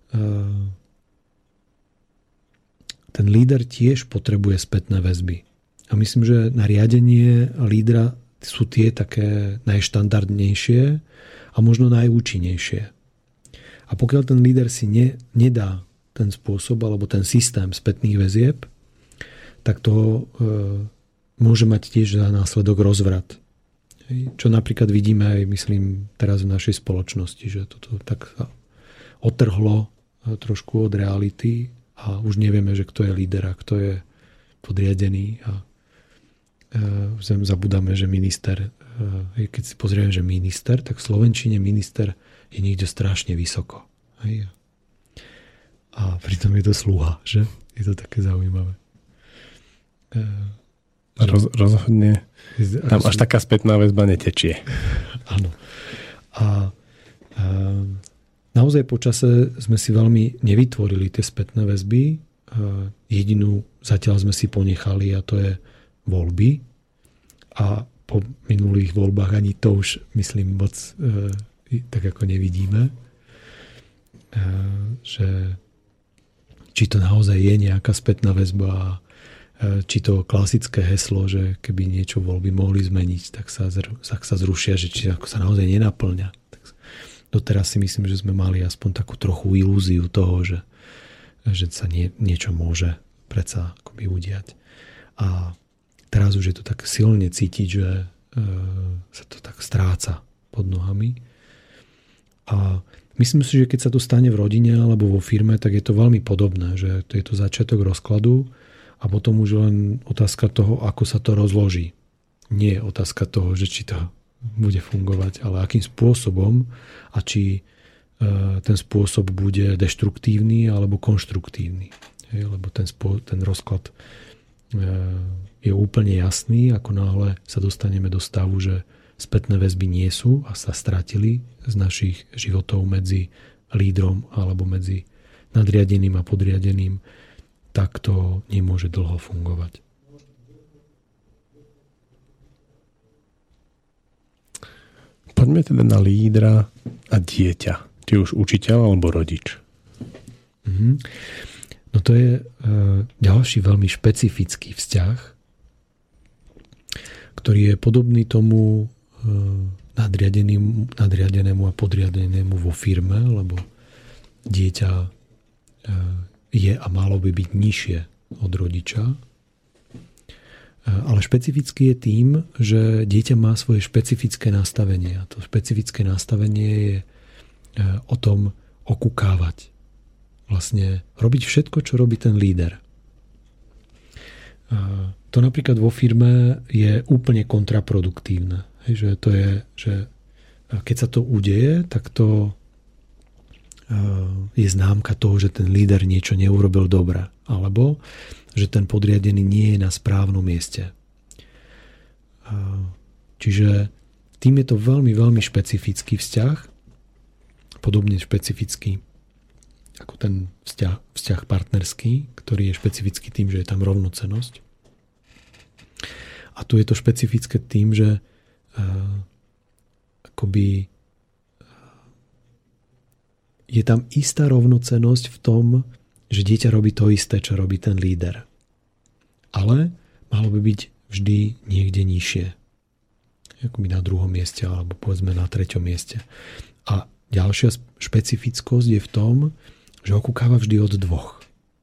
ten líder tiež potrebuje spätné väzby. A myslím, že na riadenie lídra sú tie také najštandardnejšie a možno najúčinnejšie. A pokiaľ ten líder si nedá ten spôsob alebo ten systém spätných väzieb, tak to môže mať tiež za následok rozvrat. Čo napríklad vidíme aj, myslím, teraz v našej spoločnosti, že toto tak sa otrhlo trošku od reality a už nevieme, že kto je líder a kto je podriadený a zabudáme, že minister, keď si pozrieme, že minister, tak v slovenčine minister je niekde strašne vysoko. A pritom je to sluha, že? Je to také zaujímavé. Rozhodne tam až taká spätná väzba netečie. Áno. A naozaj po čase sme si veľmi nevytvorili tie spätné väzby. Jedinú zatiaľ sme si ponechali a to je voľby. A po minulých voľbách ani to už, myslím, moc tak ako nevidíme. Že či to naozaj je nejaká spätná väzba, či to klasické heslo, že keby niečo voľby mohli zmeniť, tak sa zrušia, že či ako sa naozaj nenaplňa. Doteraz si myslím, že sme mali aspoň takú trochu ilúziu toho, že sa niečo môže predsa akoby udiať. A teraz už je to tak silne cítiť, že sa to tak stráca pod nohami. A myslím si, že keď sa to stane v rodine alebo vo firme, tak je to veľmi podobné, že to je to začiatok rozkladu a potom už len otázka toho, ako sa to rozloží. Nie je otázka toho, že či to bude fungovať, ale akým spôsobom a či ten spôsob bude deštruktívny alebo konštruktívny. Lebo ten rozklad je úplne jasný, ako náhle sa dostaneme do stavu, že spätné väzby nie sú a sa stratili z našich životov medzi lídrom alebo medzi nadriadeným a podriadeným, tak to nemôže dlho fungovať. Poďme teda na lídra a dieťa. Či už učiteľ alebo rodič. No to je ďalší veľmi špecifický vzťah, ktorý je podobný tomu nadriadenému a podriadenému vo firme, lebo dieťa je a malo by byť nižšie od rodiča. Ale špecificky je tým, že dieťa má svoje špecifické nastavenie. A to špecifické nastavenie je o tom okúkávať. Vlastne robiť všetko, čo robí ten líder. To napríklad vo firme je úplne kontraproduktívne. Že to je, že keď sa to udeje, tak to je známka toho, že ten líder niečo neurobil dobre. Alebo že ten podriadený nie je na správnom mieste. Čiže tým je to veľmi, veľmi špecifický vzťah. Podobne špecifický ako ten vzťah partnerský, ktorý je špecifický tým, že je tam rovnocennosť. A tu je to špecifické tým, že akoby je tam istá rovnocennosť v tom, že dieťa robí to isté, čo robí ten líder. Ale malo by byť vždy niekde nižšie. Akoby na druhom mieste, alebo povedzme na treťom mieste. A ďalšia špecifickosť je v tom, že okúkáva vždy od dvoch.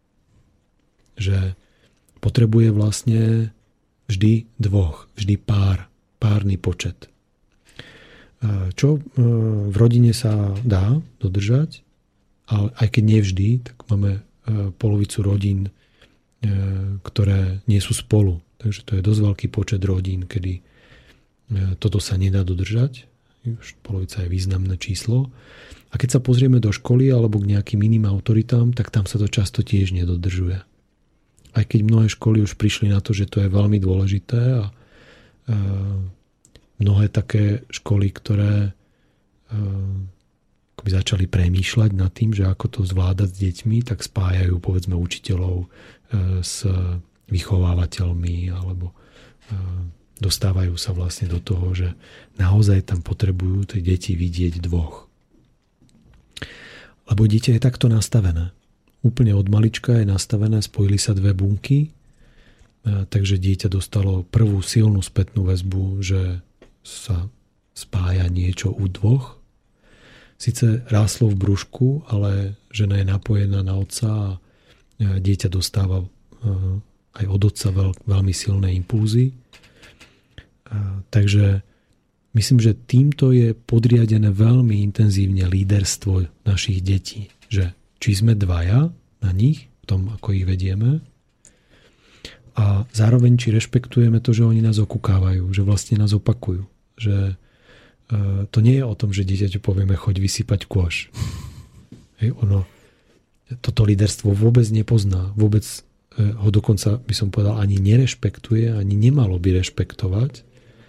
Že potrebuje vlastne vždy dvoch, vždy párny počet. Čo v rodine sa dá dodržať, ale aj keď nevždy, tak máme polovicu rodín, ktoré nie sú spolu. Takže to je dosť veľký počet rodín, kedy toto sa nedá dodržať. Už polovica je významné číslo. A keď sa pozrieme do školy alebo k nejakým iným autoritám, tak tam sa to často tiež nedodržuje. Aj keď mnohé školy už prišli na to, že to je veľmi dôležité a mnohé také školy, ktoré akoby začali premýšľať nad tým, že ako to zvládať s deťmi, tak spájajú povedzme učiteľov s vychovávateľmi alebo dostávajú sa vlastne do toho, že naozaj tam potrebujú tie deti vidieť dvoch. Lebo dieťa je takto nastavené. Úplne od malička je nastavené, spojili sa dve bunky, takže dieťa dostalo prvú silnú spätnú väzbu, že sa spája niečo u dvoch. síce ráslo v brúšku, ale žena je napojená na otca a dieťa dostáva aj od otca veľmi silné impulzy. Takže myslím, že týmto je podriadené veľmi intenzívne líderstvo našich detí. Že či sme dvaja na nich, v tom, ako ich vedieme, a zároveň či rešpektujeme to, že oni nás okúkávajú, že vlastne nás opakujú. Že to nie je o tom, že dieťaťu povieme, choď vysypať kôš. Hej, ono toto líderstvo vôbec nepozná. Vôbec ho dokonca, by som povedal, ani nerešpektuje, ani nemalo by rešpektovať,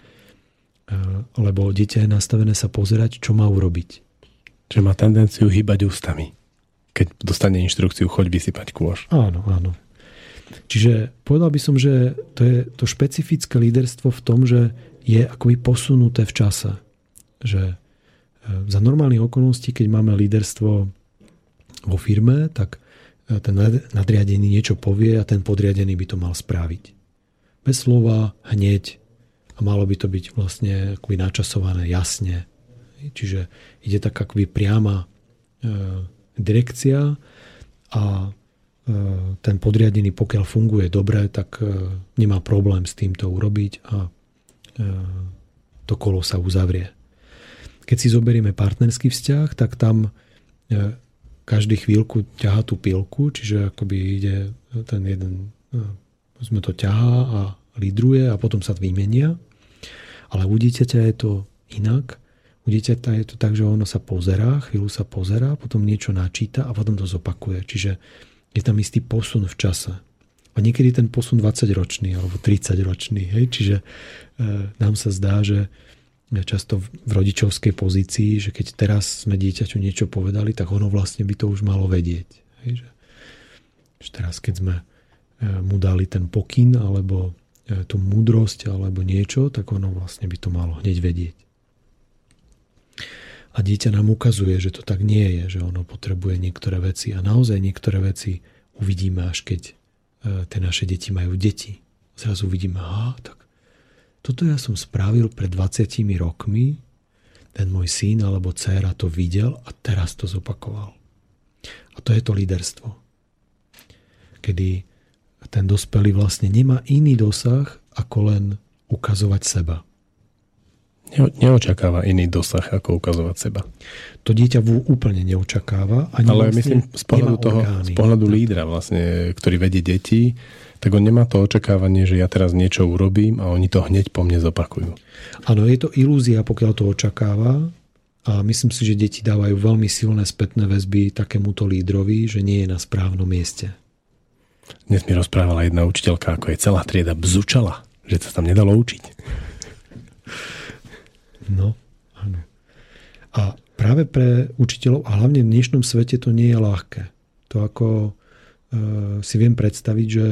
lebo dieťa je nastavené sa pozerať, čo má urobiť. Že má tendenciu hýbať ústami, keď dostane inštrukciu, choď vysypať kôš. Áno, áno. Čiže povedal by som, že to je to špecifické líderstvo v tom, že je akoby posunuté v čase. Že za normálnych okolností, keď máme líderstvo vo firme, tak ten nadriadený niečo povie a ten podriadený by to mal spraviť. Bez slova, hneď, a malo by to byť vlastne akoby načasované jasne. Čiže ide tak akoby priama direkcia a ten podriadený, pokiaľ funguje dobre, tak nemá problém s týmto urobiť a to kolo sa uzavrie. Keď si zoberieme partnerský vzťah, tak tam každý chvíľku ťahá tú pilku, čiže akoby ide ten jeden, sme to ťahá a lídruje a potom sa vymenia. Ale u dieťaťa je to inak. U dieťaťa je to tak, že ono sa pozerá, chvíľu sa pozerá, potom niečo načíta a potom to zopakuje. Čiže je tam istý posun v čase. A niekedy ten posun 20-ročný alebo 30-ročný. Hej? Čiže nám sa zdá, že často v rodičovskej pozícii, že keď teraz sme dieťaťu niečo povedali, tak ono vlastne by to už malo vedieť. Hej? Že teraz, keď sme mu dali ten pokyn alebo tú múdrosť alebo niečo, tak ono vlastne by to malo hneď vedieť. A dieťa nám ukazuje, že to tak nie je, že ono potrebuje niektoré veci a naozaj niektoré veci uvidíme, až keď tie naše deti majú deti. Zrazu uvidíme, tak toto ja som spravil pred 20 rokmi, ten môj syn alebo dcéra to videl a teraz to zopakoval. A to je to líderstvo. Kedy ten dospelý vlastne nemá iný dosah, ako len ukazovať seba. Neočakáva iný dosah, ako ukazovať seba. To dieťa úplne neočakáva. Ani ale vlastne myslím, z pohľadu lídra, vlastne, ktorý vedie deti, tak on nemá to očakávanie, že ja teraz niečo urobím a oni to hneď po mne zopakujú. Áno, je to ilúzia, pokiaľ to očakáva. A myslím si, že deti dávajú veľmi silné spätné väzby takémuto lídrovi, že nie je na správnom mieste. Dnes mi rozprávala jedna učiteľka, ako je celá trieda bzučala, že sa tam nedalo učiť. No, áno. A práve pre učiteľov, a hlavne v dnešnom svete, to nie je ľahké. To ako si viem predstaviť, že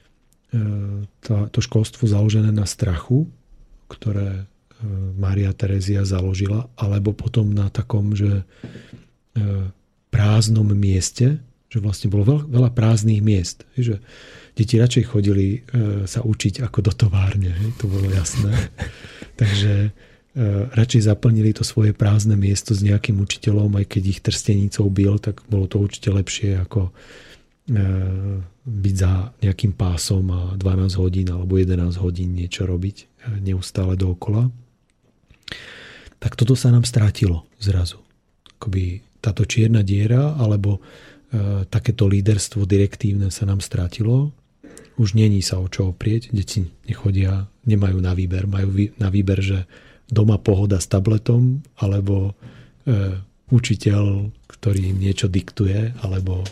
to školstvo založené na strachu, ktoré Mária Terezia založila, alebo potom na takom, že prázdnom mieste, že vlastne bolo veľa prázdnych miest. Že deti radšej chodili sa učiť ako do továrne. To bolo jasné. Takže radšej zaplnili to svoje prázdne miesto s nejakým učiteľom, aj keď ich trstenicou bil, tak bolo to určite lepšie ako byť za nejakým pásom a 12 hodín alebo 11 hodín niečo robiť neustále dookola. Tak toto sa nám strátilo zrazu. Akoby táto čierna diera alebo takéto líderstvo direktívne sa nám strátilo. Už není sa o čo oprieť. Deti nechodia, nemajú na výber. Majú na výber, že doma pohoda s tabletom, alebo učiteľ, ktorý im niečo diktuje, alebo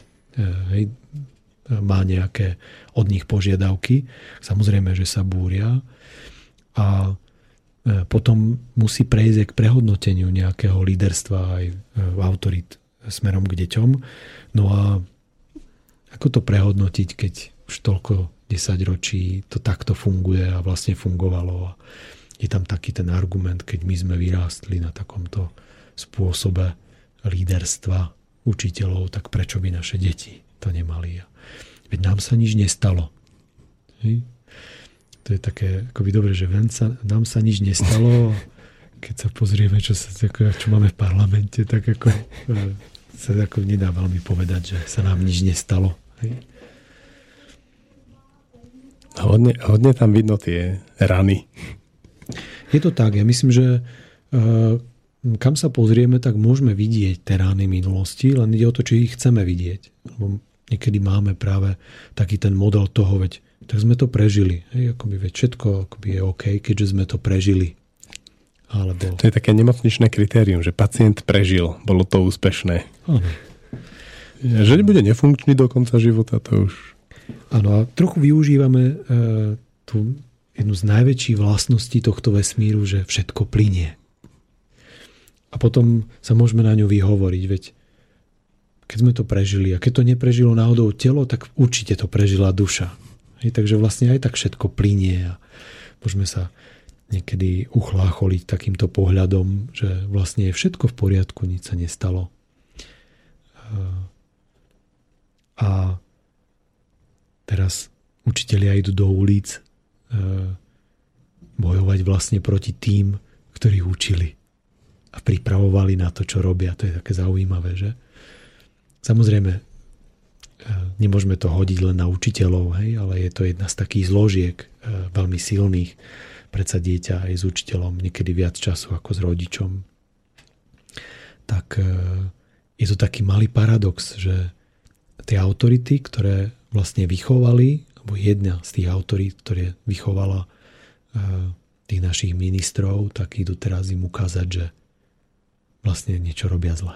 má nejaké od nich požiadavky. Samozrejme, že sa búria. A potom musí prejsť k prehodnoteniu nejakého líderstva aj autorít smerom k deťom. No a ako to prehodnotiť, keď už toľko 10 ročí to takto funguje a vlastne fungovalo a je tam taký ten argument, keď my sme vyrástli na takomto spôsobe líderstva učiteľov, tak prečo by naše deti to nemali? Veď nám sa nič nestalo. Hej? To je také akoby dobre, že nám sa nič nestalo, keď sa pozrieme, čo máme v parlamente, tak ako sa ako nedá veľmi povedať, že sa nám nič nestalo. Hej? Hodne tam vidno tie rany. Je to tak. Ja myslím, že kam sa pozrieme, tak môžeme vidieť tie rany minulosti, len ide o to, či ich chceme vidieť. Lebo niekedy máme práve taký ten model toho, veď tak sme to prežili. Hej? Akoby, veď všetko akoby je OK, keďže sme to prežili. Alebo... To je také nemocničné kritérium, že pacient prežil, bolo to úspešné. Áno. Že nebude nefunkčný do konca života, to už... Áno, a trochu využívame tú jednu z najväčších vlastností tohto vesmíru, že všetko plynie. A potom sa môžeme na ňu vyhovoriť, veď keď sme to prežili a keď to neprežilo náhodou telo, tak určite to prežila duša. Hej, takže vlastne aj tak všetko plynie a môžeme sa niekedy uchlácholiť takýmto pohľadom, že vlastne je všetko v poriadku, nič sa nestalo. A teraz učitelia idú do ulic bojovať vlastne proti tým, ktorí učili a pripravovali na to, čo robia. To je také zaujímavé, že? Samozrejme, nemôžeme to hodiť len na učiteľov, hej, ale je to jedna z takých zložiek veľmi silných. Predsa dieťa aj s učiteľom niekedy viac času ako s rodičom. Tak je to taký malý paradox, že tie autority, ktoré vlastne vychovali, alebo jedna z tých autorít, ktoré vychovala tých našich ministrov, tak idú teraz im ukázať, že vlastne niečo robia zle.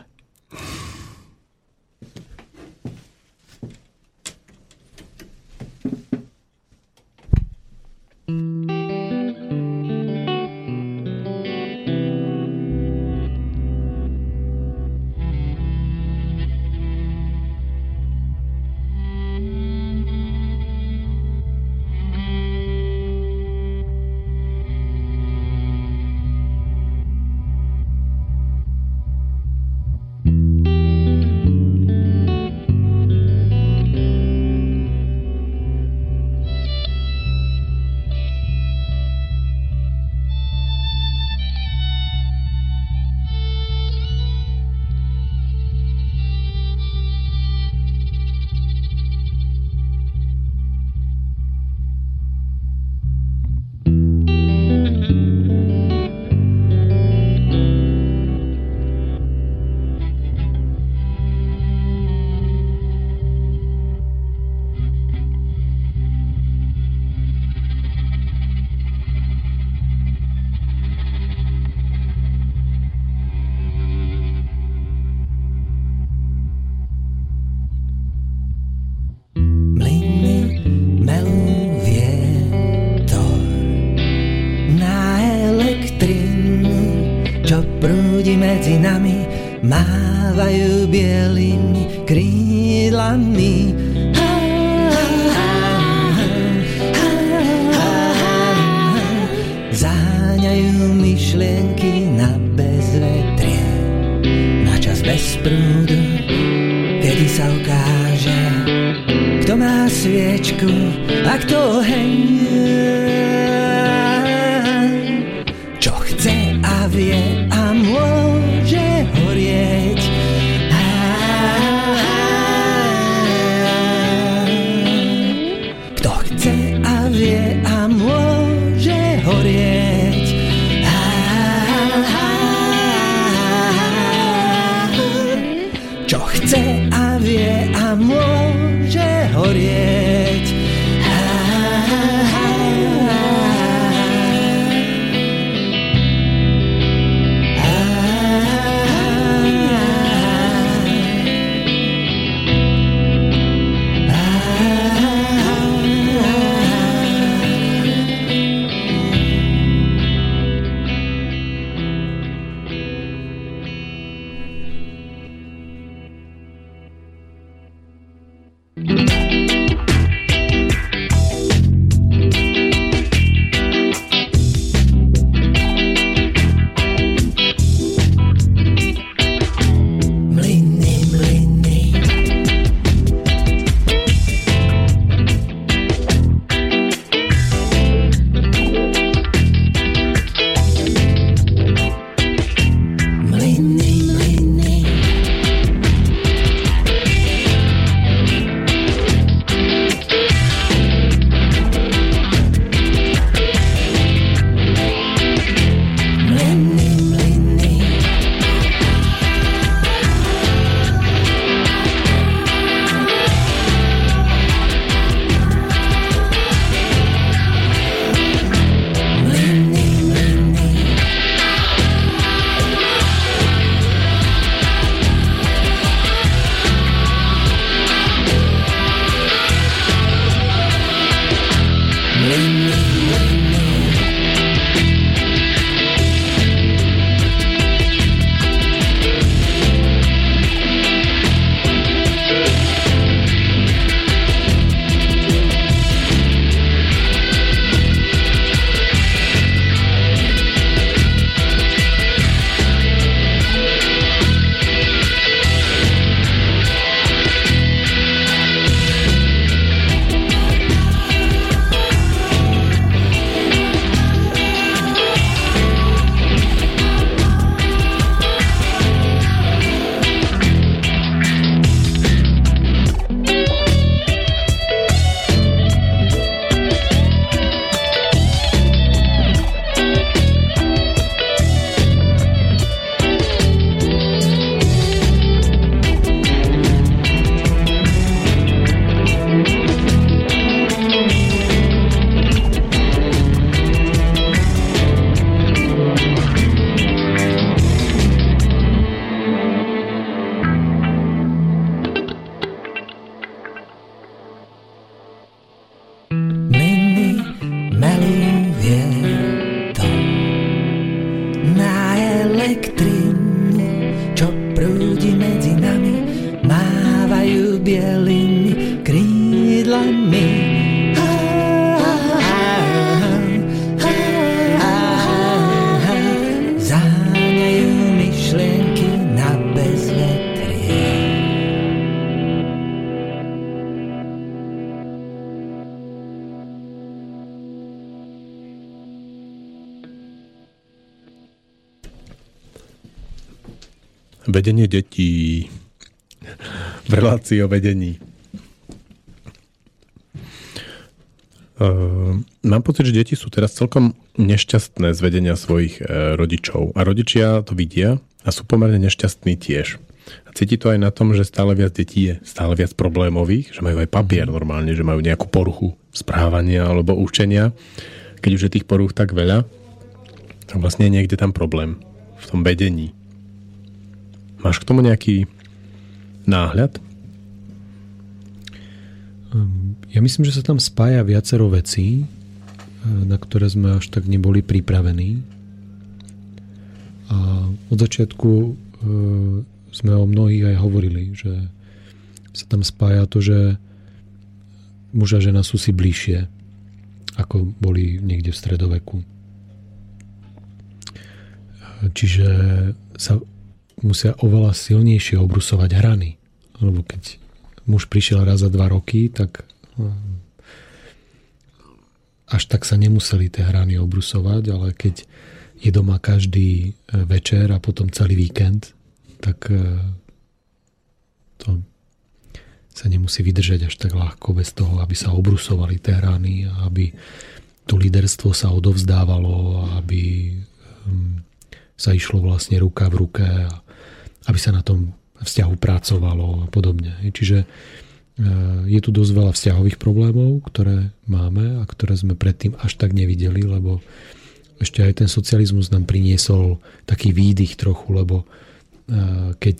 Medzi nami mávajú bielými krídlami. Záňajú myšlienky na bezvetrie, na čas bez prúdu, kedy sa ukáže, kto má sviečku a kto oheň. Čo chce a vie a môže horieť. Kto chce a vie a môže horieť. Čo chce a vie a môže horieť. Vedenie detí. V relácii o vedení. Mám pocit, že deti sú teraz celkom nešťastné z vedenia svojich rodičov. A rodičia to vidia a sú pomerne nešťastní tiež. A cíti to aj na tom, že stále viac detí je stále viac problémových, že majú aj papier normálne, že majú nejakú poruchu správania alebo učenia. Keď už je tých poruch tak veľa, tak vlastne je niekde tam problém v tom vedení. Máš k tomu nejaký náhľad? Ja myslím, že sa tam spája viacero vecí, na ktoré sme až tak neboli pripravení. A od začiatku sme o mnohých aj hovorili, že sa tam spája to, že muž a žena sú si bližšie, ako boli niekde v stredoveku. Čiže sa musia oveľa silnejšie obrusovať hrany. Lebo keď muž prišiel raz za 2 roky, tak až tak sa nemuseli tie hrany obrusovať, ale keď je doma každý večer a potom celý víkend, tak to sa nemusí vydržať až tak ľahko bez toho, aby sa obrusovali tie hrany a aby to líderstvo sa odovzdávalo a aby sa išlo vlastne ruka v ruke a aby sa na tom vzťahu pracovalo a podobne. Čiže je tu dosť veľa vzťahových problémov, ktoré máme a ktoré sme predtým až tak nevideli, lebo ešte aj ten socializmus nám priniesol taký výdych trochu, lebo keď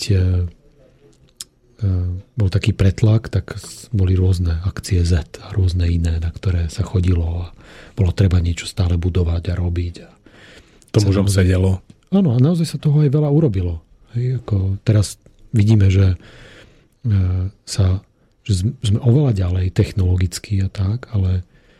bol taký pretlak, tak boli rôzne akcie Z a rôzne iné, na ktoré sa chodilo a bolo treba niečo stále budovať a robiť. To mužom sedelo. Áno, a naozaj sa toho aj veľa urobilo. Hej, ako teraz vidíme, že sme oveľa ďalej technologicky a tak, ale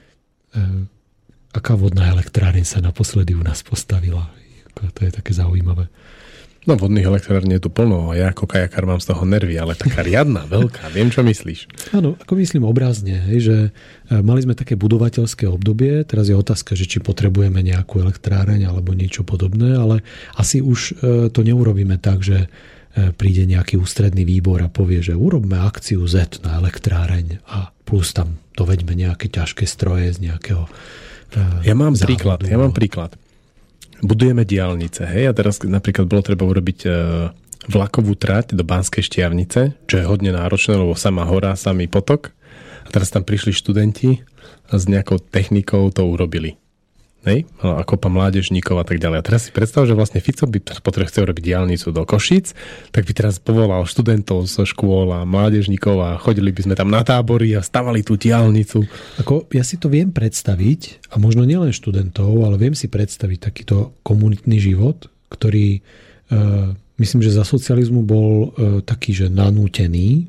aká vodná elektráreň sa naposledy u nás postavila? To je také zaujímavé. No vodných elektrární je tu plno a ja ako kajakár mám z toho nervy, ale taká riadna, veľká, viem, čo myslíš. Áno, ako myslím obrazne, hej, že mali sme také budovateľské obdobie, teraz je otázka, že či potrebujeme nejakú elektráreň alebo niečo podobné, ale asi už to neurobíme tak, že príde nejaký ústredný výbor a povie, že urobme akciu Z na elektráreň a plus tam doveďme nejaké ťažké stroje z nejakého Ja mám príklad. Budujeme diaľnice, hej, a teraz napríklad bolo treba urobiť vlakovú trať do Banskej Štiavnice, čo je hodne náročné, lebo sama hora, samý potok. A teraz tam prišli študenti a s nejakou technikou to urobili. Hej? A kopa mládežníkov a tak ďalej. A teraz si predstav, že vlastne Fico by chcel robiť diaľnicu do Košíc, tak by teraz povolal študentov zo škôl a mládežníkov a chodili by sme tam na tábory a stavali tú diaľnicu. Ako ja si to viem predstaviť, a možno nielen študentov, ale viem si predstaviť takýto komunitný život, ktorý myslím, že za socializmu bol taký, že nanútený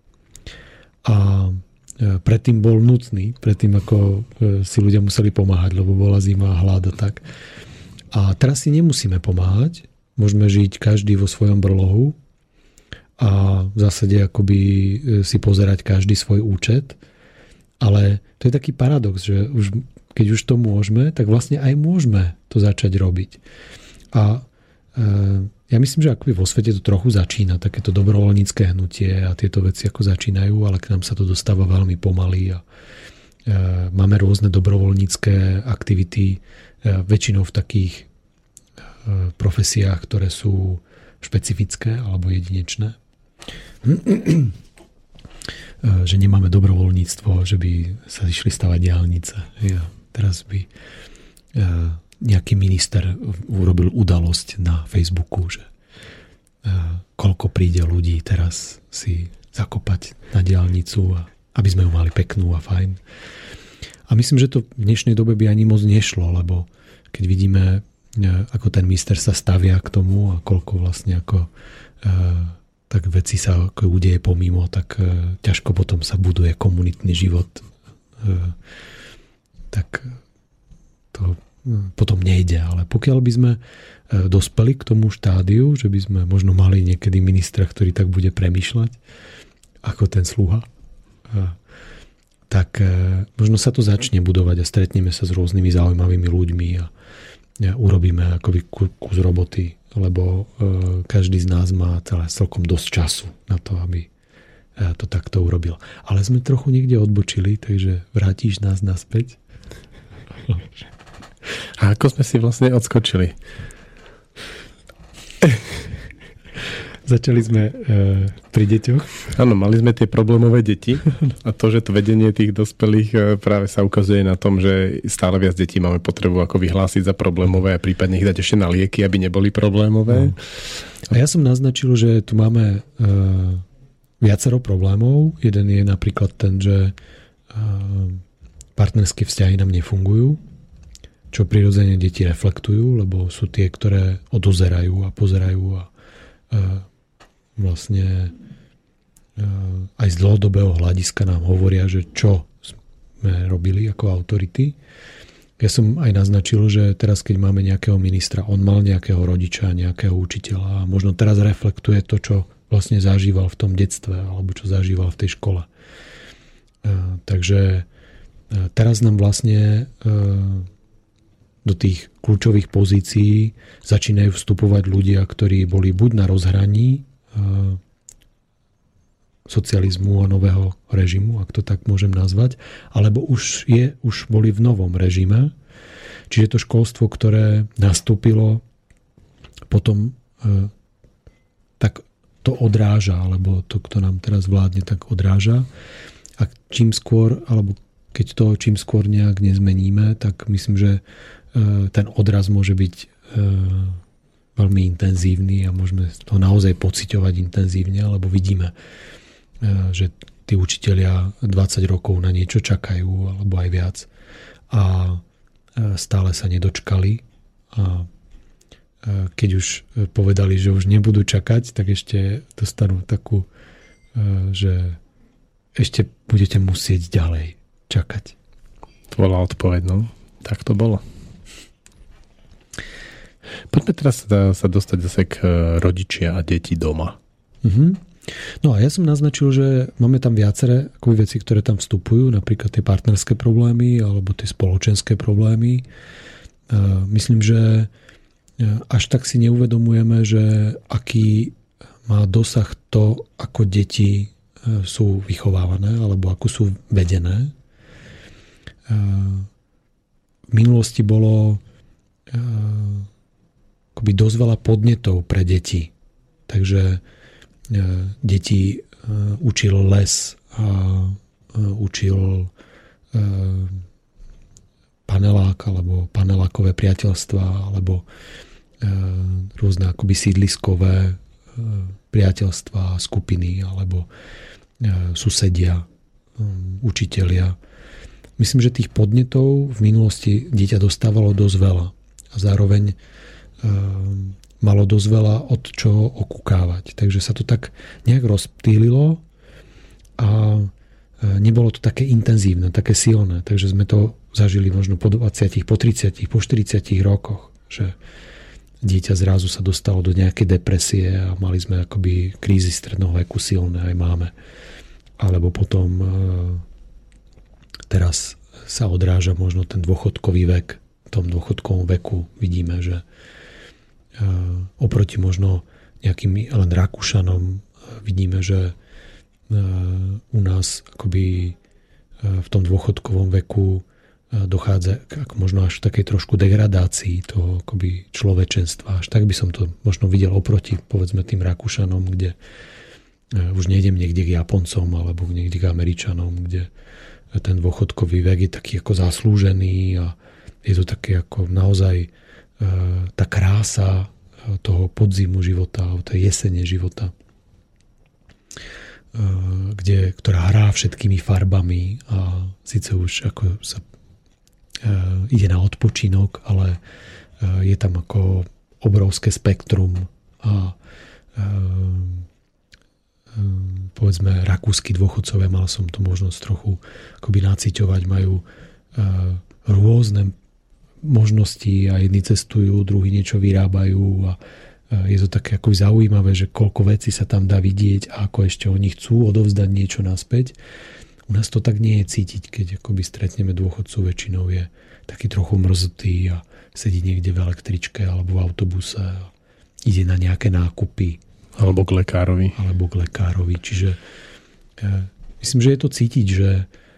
a predtým bol nutný, predtým ako si ľudia museli pomáhať, lebo bola zima a hlad a tak. A teraz si nemusíme pomáhať, môžeme žiť každý vo svojom brlohu a v zásade akoby si pozerať každý svoj účet, ale to je taký paradox, že keď už to môžeme, tak vlastne aj môžeme to začať robiť. A ja myslím, že akoby vo svete to trochu začína, takéto dobrovoľnícke hnutie a tieto veci ako začínajú, ale k nám sa to dostáva veľmi pomaly a máme rôzne dobrovoľnícke aktivity, väčšinou v takých profesiách, ktoré sú špecifické alebo jedinečné. Že nemáme dobrovoľníctvo, že by sa išli stavať diaľnice. Teraz by nejaký minister urobil udalosť na Facebooku, že koľko príde ľudí teraz si zakopať na diaľnicu, aby sme ju mali peknú a fajn. A myslím, že to v dnešnej dobe by ani moc nešlo, lebo keď vidíme, ako ten minister sa stavia k tomu a koľko vlastne ako tak veci sa ako udeje pomimo, tak ťažko potom sa buduje komunitný život. Tak to potom nejde, ale pokiaľ by sme dospeli k tomu štádiu, že by sme možno mali niekedy ministra, ktorý tak bude premýšľať ako ten sluha, tak možno sa to začne budovať a stretneme sa s rôznymi zaujímavými ľuďmi a urobíme akoby kus roboty lebo každý z nás má celkom dosť času na to, aby to takto urobil. Ale sme trochu niekde odbočili, takže vrátiš nás naspäť. A ako sme si vlastne odskočili? Začali sme pri deťoch. Áno, mali sme tie problémové deti a to, že to vedenie tých dospelých práve sa ukazuje na tom, že stále viac detí máme potrebu ako vyhlásiť za problémové a prípadne ich dať ešte na lieky, aby neboli problémové. No. A ja som naznačil, že tu máme viacero problémov. Jeden je napríklad ten, že partnerské vzťahy nám nefungujú, čo prirodzene deti reflektujú, lebo sú tie, ktoré odozerajú a pozerajú a vlastne aj z dlhodobého hľadiska nám hovoria, že čo sme robili ako autority. Ja som aj naznačil, že teraz, keď máme nejakého ministra, on mal nejakého rodiča, nejakého učiteľa a možno teraz reflektuje to, čo vlastne zažíval v tom detstve alebo čo zažíval v tej škole. Takže teraz nám vlastne do tých kľúčových pozícií začínajú vstupovať ľudia, ktorí boli buď na rozhraní socializmu a nového režimu, ak to tak môžem nazvať, alebo už boli v novom režime. Čiže to školstvo, ktoré nastúpilo, potom tak to odráža, alebo to, kto nám teraz vládne, tak odráža. A čím skôr, alebo keď to čím skôr nejak nezmeníme, tak myslím, že ten odraz môže byť veľmi intenzívny a môžeme to naozaj pociťovať intenzívne, lebo vidíme, že tí učitelia 20 rokov na niečo čakajú, alebo aj viac. A stále sa nedočkali. A keď už povedali, že už nebudú čakať, tak ešte dostanú takú, že ešte budete musieť ďalej čakať. To bola odpoveď, no. Tak to bolo. Poďme teraz sa dostať zase k rodičia a deti doma. No a ja som naznačil, že máme tam viaceré veci, ktoré tam vstupujú, napríklad tie partnerské problémy alebo tie spoločenské problémy. Myslím, že až tak si neuvedomujeme, že aký má dosah to, ako deti sú vychovávané alebo ako sú vedené. V minulosti bolo akoby dosť veľa podnetov pre deti. Takže deti učil les a učil panelák alebo panelákové priateľstva alebo rôzne akoby sídliskové priateľstva, skupiny alebo susedia, učitelia. Myslím, že tých podnetov v minulosti dieťa dostávalo dosť veľa a zároveň malo dosť veľa od čoho okúkávať. Takže sa to tak nejak rozptýlilo a nebolo to také intenzívne, také silné. Takže sme to zažili možno po 20, po 30, po 40 rokoch, že dieťa zrazu sa dostalo do nejakej depresie a mali sme akoby krízy stredného veku silné, aj máme. Alebo potom teraz sa odráža možno ten dôchodkový vek. V tom dôchodkovom veku vidíme, že oproti možno nejakým len Rakúšanom vidíme, že u nás akoby v tom dôchodkovom veku dochádza možno až k takej trošku degradácii toho akoby človečenstva. Až tak by som to možno videl oproti povedzme tým Rakúšanom, kde už nejdem niekde k Japoncom alebo niekde k Američanom, kde ten dôchodkový vek je taký ako zaslúžený a je to také ako naozaj tá krása toho podzimu života, tej jesene života, ktorá hrá všetkými farbami a síce už ako sa ide na odpočinok, ale je tam ako obrovské spektrum a povedzme rakúski dôchodcovia, mal som tu možnosť trochu akoby naciťovať, majú rôzne možnosti a jedni cestujú, druhí niečo vyrábajú a je to také ako zaujímavé, že koľko vecí sa tam dá vidieť a ako ešte oni chcú odovzdať niečo naspäť. U nás to tak nie je cítiť, keď akoby stretneme dôchodcu, väčšinou je taký trochu mrzutý a sedí niekde v električke alebo v autobuse a ide na nejaké nákupy. Alebo k lekárovi. Čiže myslím, že je to cítiť, že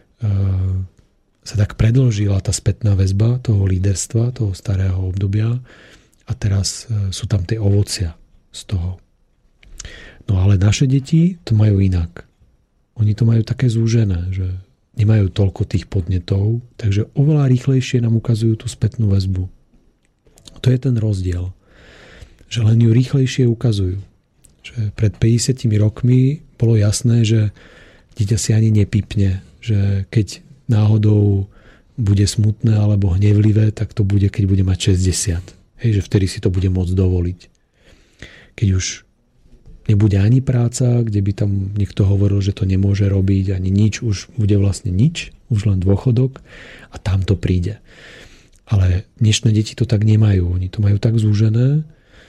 sa tak predĺžila tá spätná väzba toho líderstva, toho starého obdobia a teraz sú tam tie ovocia z toho. No ale naše deti to majú inak. Oni to majú také zúžené, že nemajú toľko tých podnetov, takže oveľa rýchlejšie nám ukazujú tú spätnú väzbu. To je ten rozdiel. Že len ju rýchlejšie ukazujú. Že pred 50 rokmi bolo jasné, že dieťa si ani nepípne, že keď náhodou bude smutné alebo hnevlivé, tak to bude, keď bude mať 60. Hej, že vtedy si to bude môcť dovoliť. Keď už nebude ani práca, kde by tam niekto hovoril, že to nemôže robiť, ani nič, už bude vlastne nič, už len dôchodok a tam to príde. Ale dnešné deti to tak nemajú. Oni to majú tak zúžené,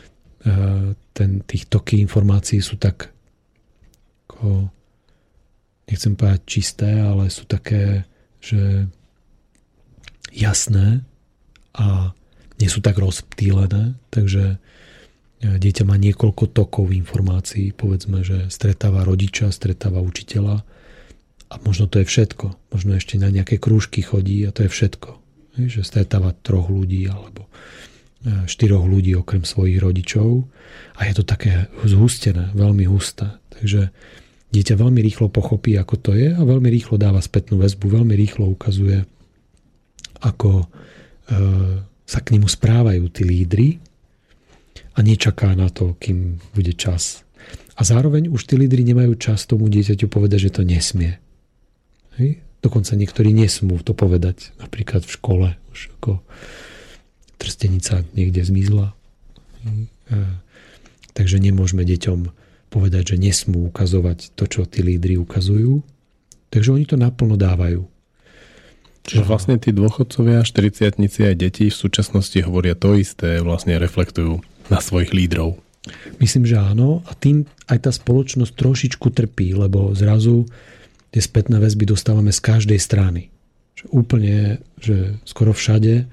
tých toky informácií sú tak ako, nechcem povedať čisté, ale sú také, že jasné a nie sú tak rozptýlené, takže dieťa má niekoľko tokov informácií, povedzme, že stretáva rodiča, stretáva učiteľa a možno to je všetko. Možno ešte na nejaké krúžky chodí a to je všetko. Že stretáva 3 ľudí alebo 4 ľudí okrem svojich rodičov a je to také zhustené, veľmi husté. Takže dieťa veľmi rýchlo pochopí, ako to je a veľmi rýchlo dáva spätnú väzbu, veľmi rýchlo ukazuje, ako sa k nemu správajú tí lídri a nečaká na to, kým bude čas. A zároveň už tí lídri nemajú čas tomu dieťaťu povedať, že to nesmie. Hej? Dokonca niektorí nesmú to povedať. Napríklad v škole. Už ako trstenica niekde zmizla. Takže nemôžeme deťom povedať, že nesmú ukazovať to, čo tí lídri ukazujú. Takže oni to naplno dávajú. Čiže vlastne tí dôchodcovia, 40-tnici aj deti v súčasnosti hovoria to isté, vlastne reflektujú na svojich lídrov. Myslím, že áno. A tým aj tá spoločnosť trošičku trpí, lebo zrazu tie spätné väzby dostávame z každej strany. Že úplne, že skoro všade,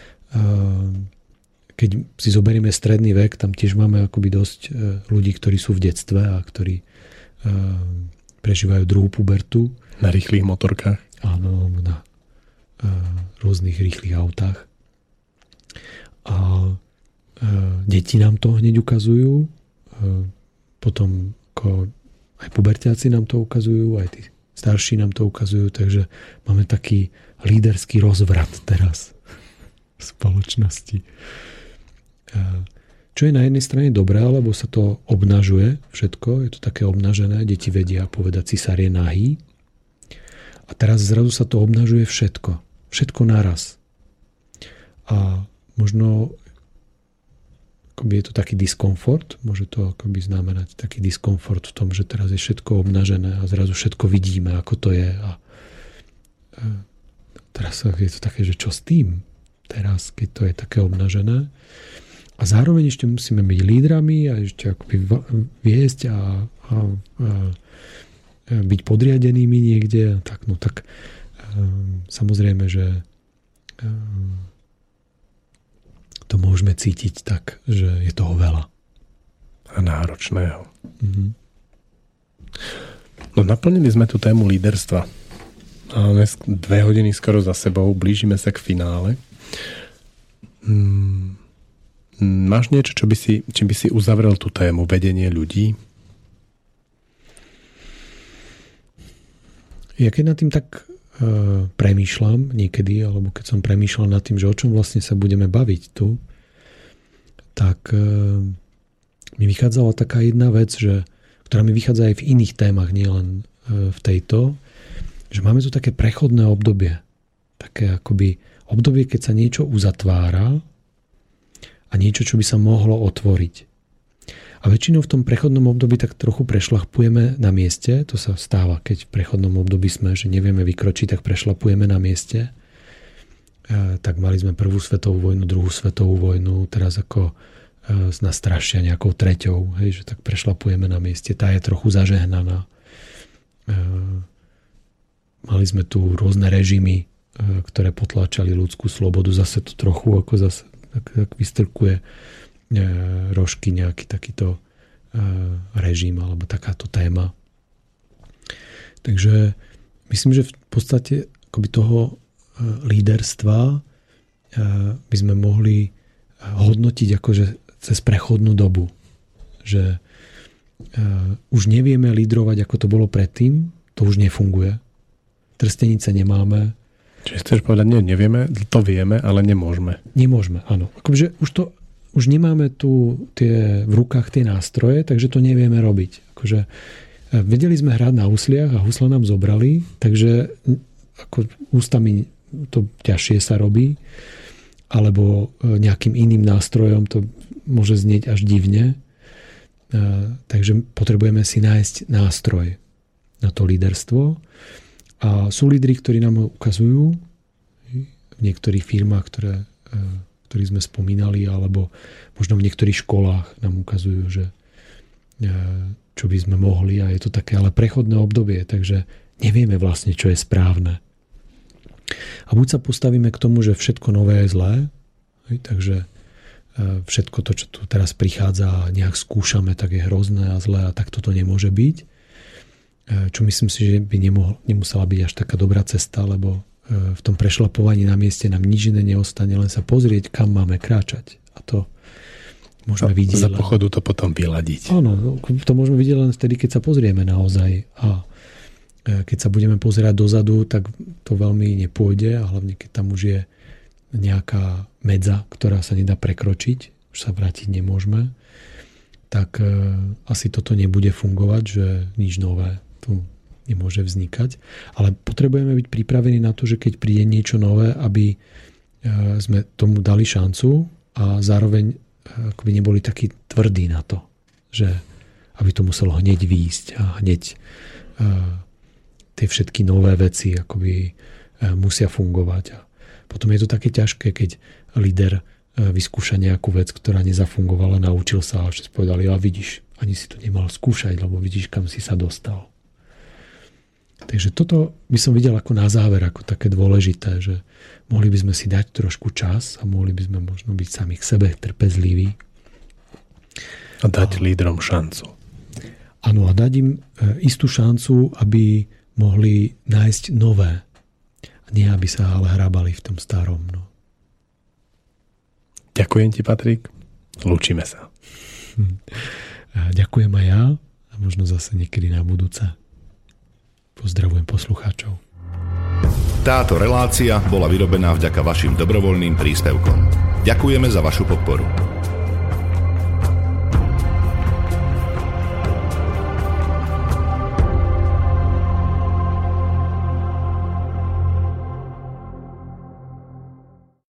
keď si zoberieme stredný vek, tam tiež máme akoby dosť ľudí, ktorí sú v detstve a ktorí prežívajú druhú pubertu. Na rýchlych motorkách. Áno, na rôznych rýchlych autách. A deti nám to hneď ukazujú, potom aj puberťáci nám to ukazujú, aj tí starší nám to ukazujú, takže máme taký líderský rozvrat teraz v spoločnosti. Čo je na jednej strane dobré, lebo sa to obnažuje všetko, je to také obnažené, deti vedia povedať, cisár je nahý. A teraz zrazu sa to obnažuje všetko. Všetko naraz. A možno akoby je to taký diskomfort, môže to akoby znamenať taký diskomfort v tom, že teraz je všetko obnažené a zrazu všetko vidíme, ako to je. A teraz je to také, že čo s tým? Teraz, keď to je také obnažené. A zároveň ešte musíme byť lídrami a ešte akoby viesť a byť podriadenými niekde. Tak, no tak samozrejme, že to môžeme cítiť tak, že je toho veľa. A náročného. Mm-hmm. No naplnili sme tú tému líderstva. Máme 2 hodiny skoro za sebou, blížime sa k finále. Máš niečo, čím by si uzavrel tú tému vedenie ľudí? Ja keď nad tým tak premýšľam niekedy, alebo keď som premýšľal nad tým, že o čom vlastne sa budeme baviť tu, tak mi vychádzala taká jedna vec, ktorá mi vychádza aj v iných témach, nielen v tejto, že máme tu také prechodné obdobie. Také akoby obdobie, keď sa niečo uzatvára a niečo, čo by sa mohlo otvoriť. A väčšinou v tom prechodnom období tak trochu prešlapujeme na mieste. To sa stáva, keď v prechodnom období sme, že nevieme vykročiť, tak prešlapujeme na mieste. Tak mali sme prvú svetovú vojnu, druhú svetovú vojnu, teraz ako nás strašia nejakou treťou, hej, že tak prešlapujeme na mieste. Tá je trochu zažehnaná. Mali sme tu rôzne režimy, ktoré potláčali ľudskú slobodu. Zase to trochu ako zase tak vystrkuje rožky nejaký takýto režim alebo takáto téma. Takže myslím, že v podstate akoby toho líderstva by sme mohli hodnotiť akože cez prechodnú dobu. Že už nevieme lídrovať, ako to bolo predtým, to už nefunguje. Trstenice nemáme. Čiže chceš povedať, nevieme, to vieme, ale nemôžeme. Nemôžeme, áno. Akože už nemáme tu v rukách tie nástroje, takže to nevieme robiť. Akože vedeli sme hrať na husliach a husle nám zobrali, takže ako ústami to ťažšie sa robí, alebo nejakým iným nástrojom to môže znieť až divne. Takže potrebujeme si nájsť nástroj na to líderstvo. A sú lídri, ktorí nám ho ukazujú v niektorých firmách, ktorých sme spomínali, alebo možno v niektorých školách nám ukazujú, že čo by sme mohli, a je to také ale prechodné obdobie, takže nevieme vlastne, čo je správne. A buď sa postavíme k tomu, že všetko nové je zlé, takže všetko to, čo tu teraz prichádza a nejak skúšame, tak je hrozné a zlé a tak toto nemôže byť. Čo myslím si, že by nemusela byť až taká dobrá cesta, lebo v tom prešlapovaní na mieste nám nič iné neostane, len sa pozrieť, kam máme kráčať. A to môžeme vidieť. Za pochodu to potom vyladiť. Áno, to môžeme vidieť len vtedy, keď sa pozrieme naozaj. A keď sa budeme pozerať dozadu, tak to veľmi nepôjde, a hlavne keď tam už je nejaká medza, ktorá sa nedá prekročiť, už sa vrátiť nemôžeme, tak asi toto nebude fungovať, že nič nové tu nemôže vznikať. Ale potrebujeme byť pripravení na to, že keď príde niečo nové, aby sme tomu dali šancu a zároveň akoby neboli takí tvrdí na to, že aby to muselo hneď výjsť a hneď tie všetky nové veci akoby musia fungovať. A potom je to také ťažké, keď líder vyskúša nejakú vec, ktorá nezafungovala, naučil sa a všetci povedali, a vidíš, ani si to nemal skúšať, lebo vidíš, kam si sa dostal. Takže toto by som videl ako na záver, ako také dôležité, že mohli by sme si dať trošku čas a mohli by sme možno byť sami k sebe trpezliví. A dať lídrom šancu. Áno, a dať im istú šancu, aby mohli nájsť nové. A nie, aby sa ale hrábali v tom starom. No. Ďakujem ti, Patrik. Lúčime sa. Ďakujem aj ja a možno zase niekedy na budúce. Pozdravujem poslucháčov. Táto relácia bola vyrobená vďaka vašim dobrovoľným príspevkom. Ďakujeme za vašu podporu.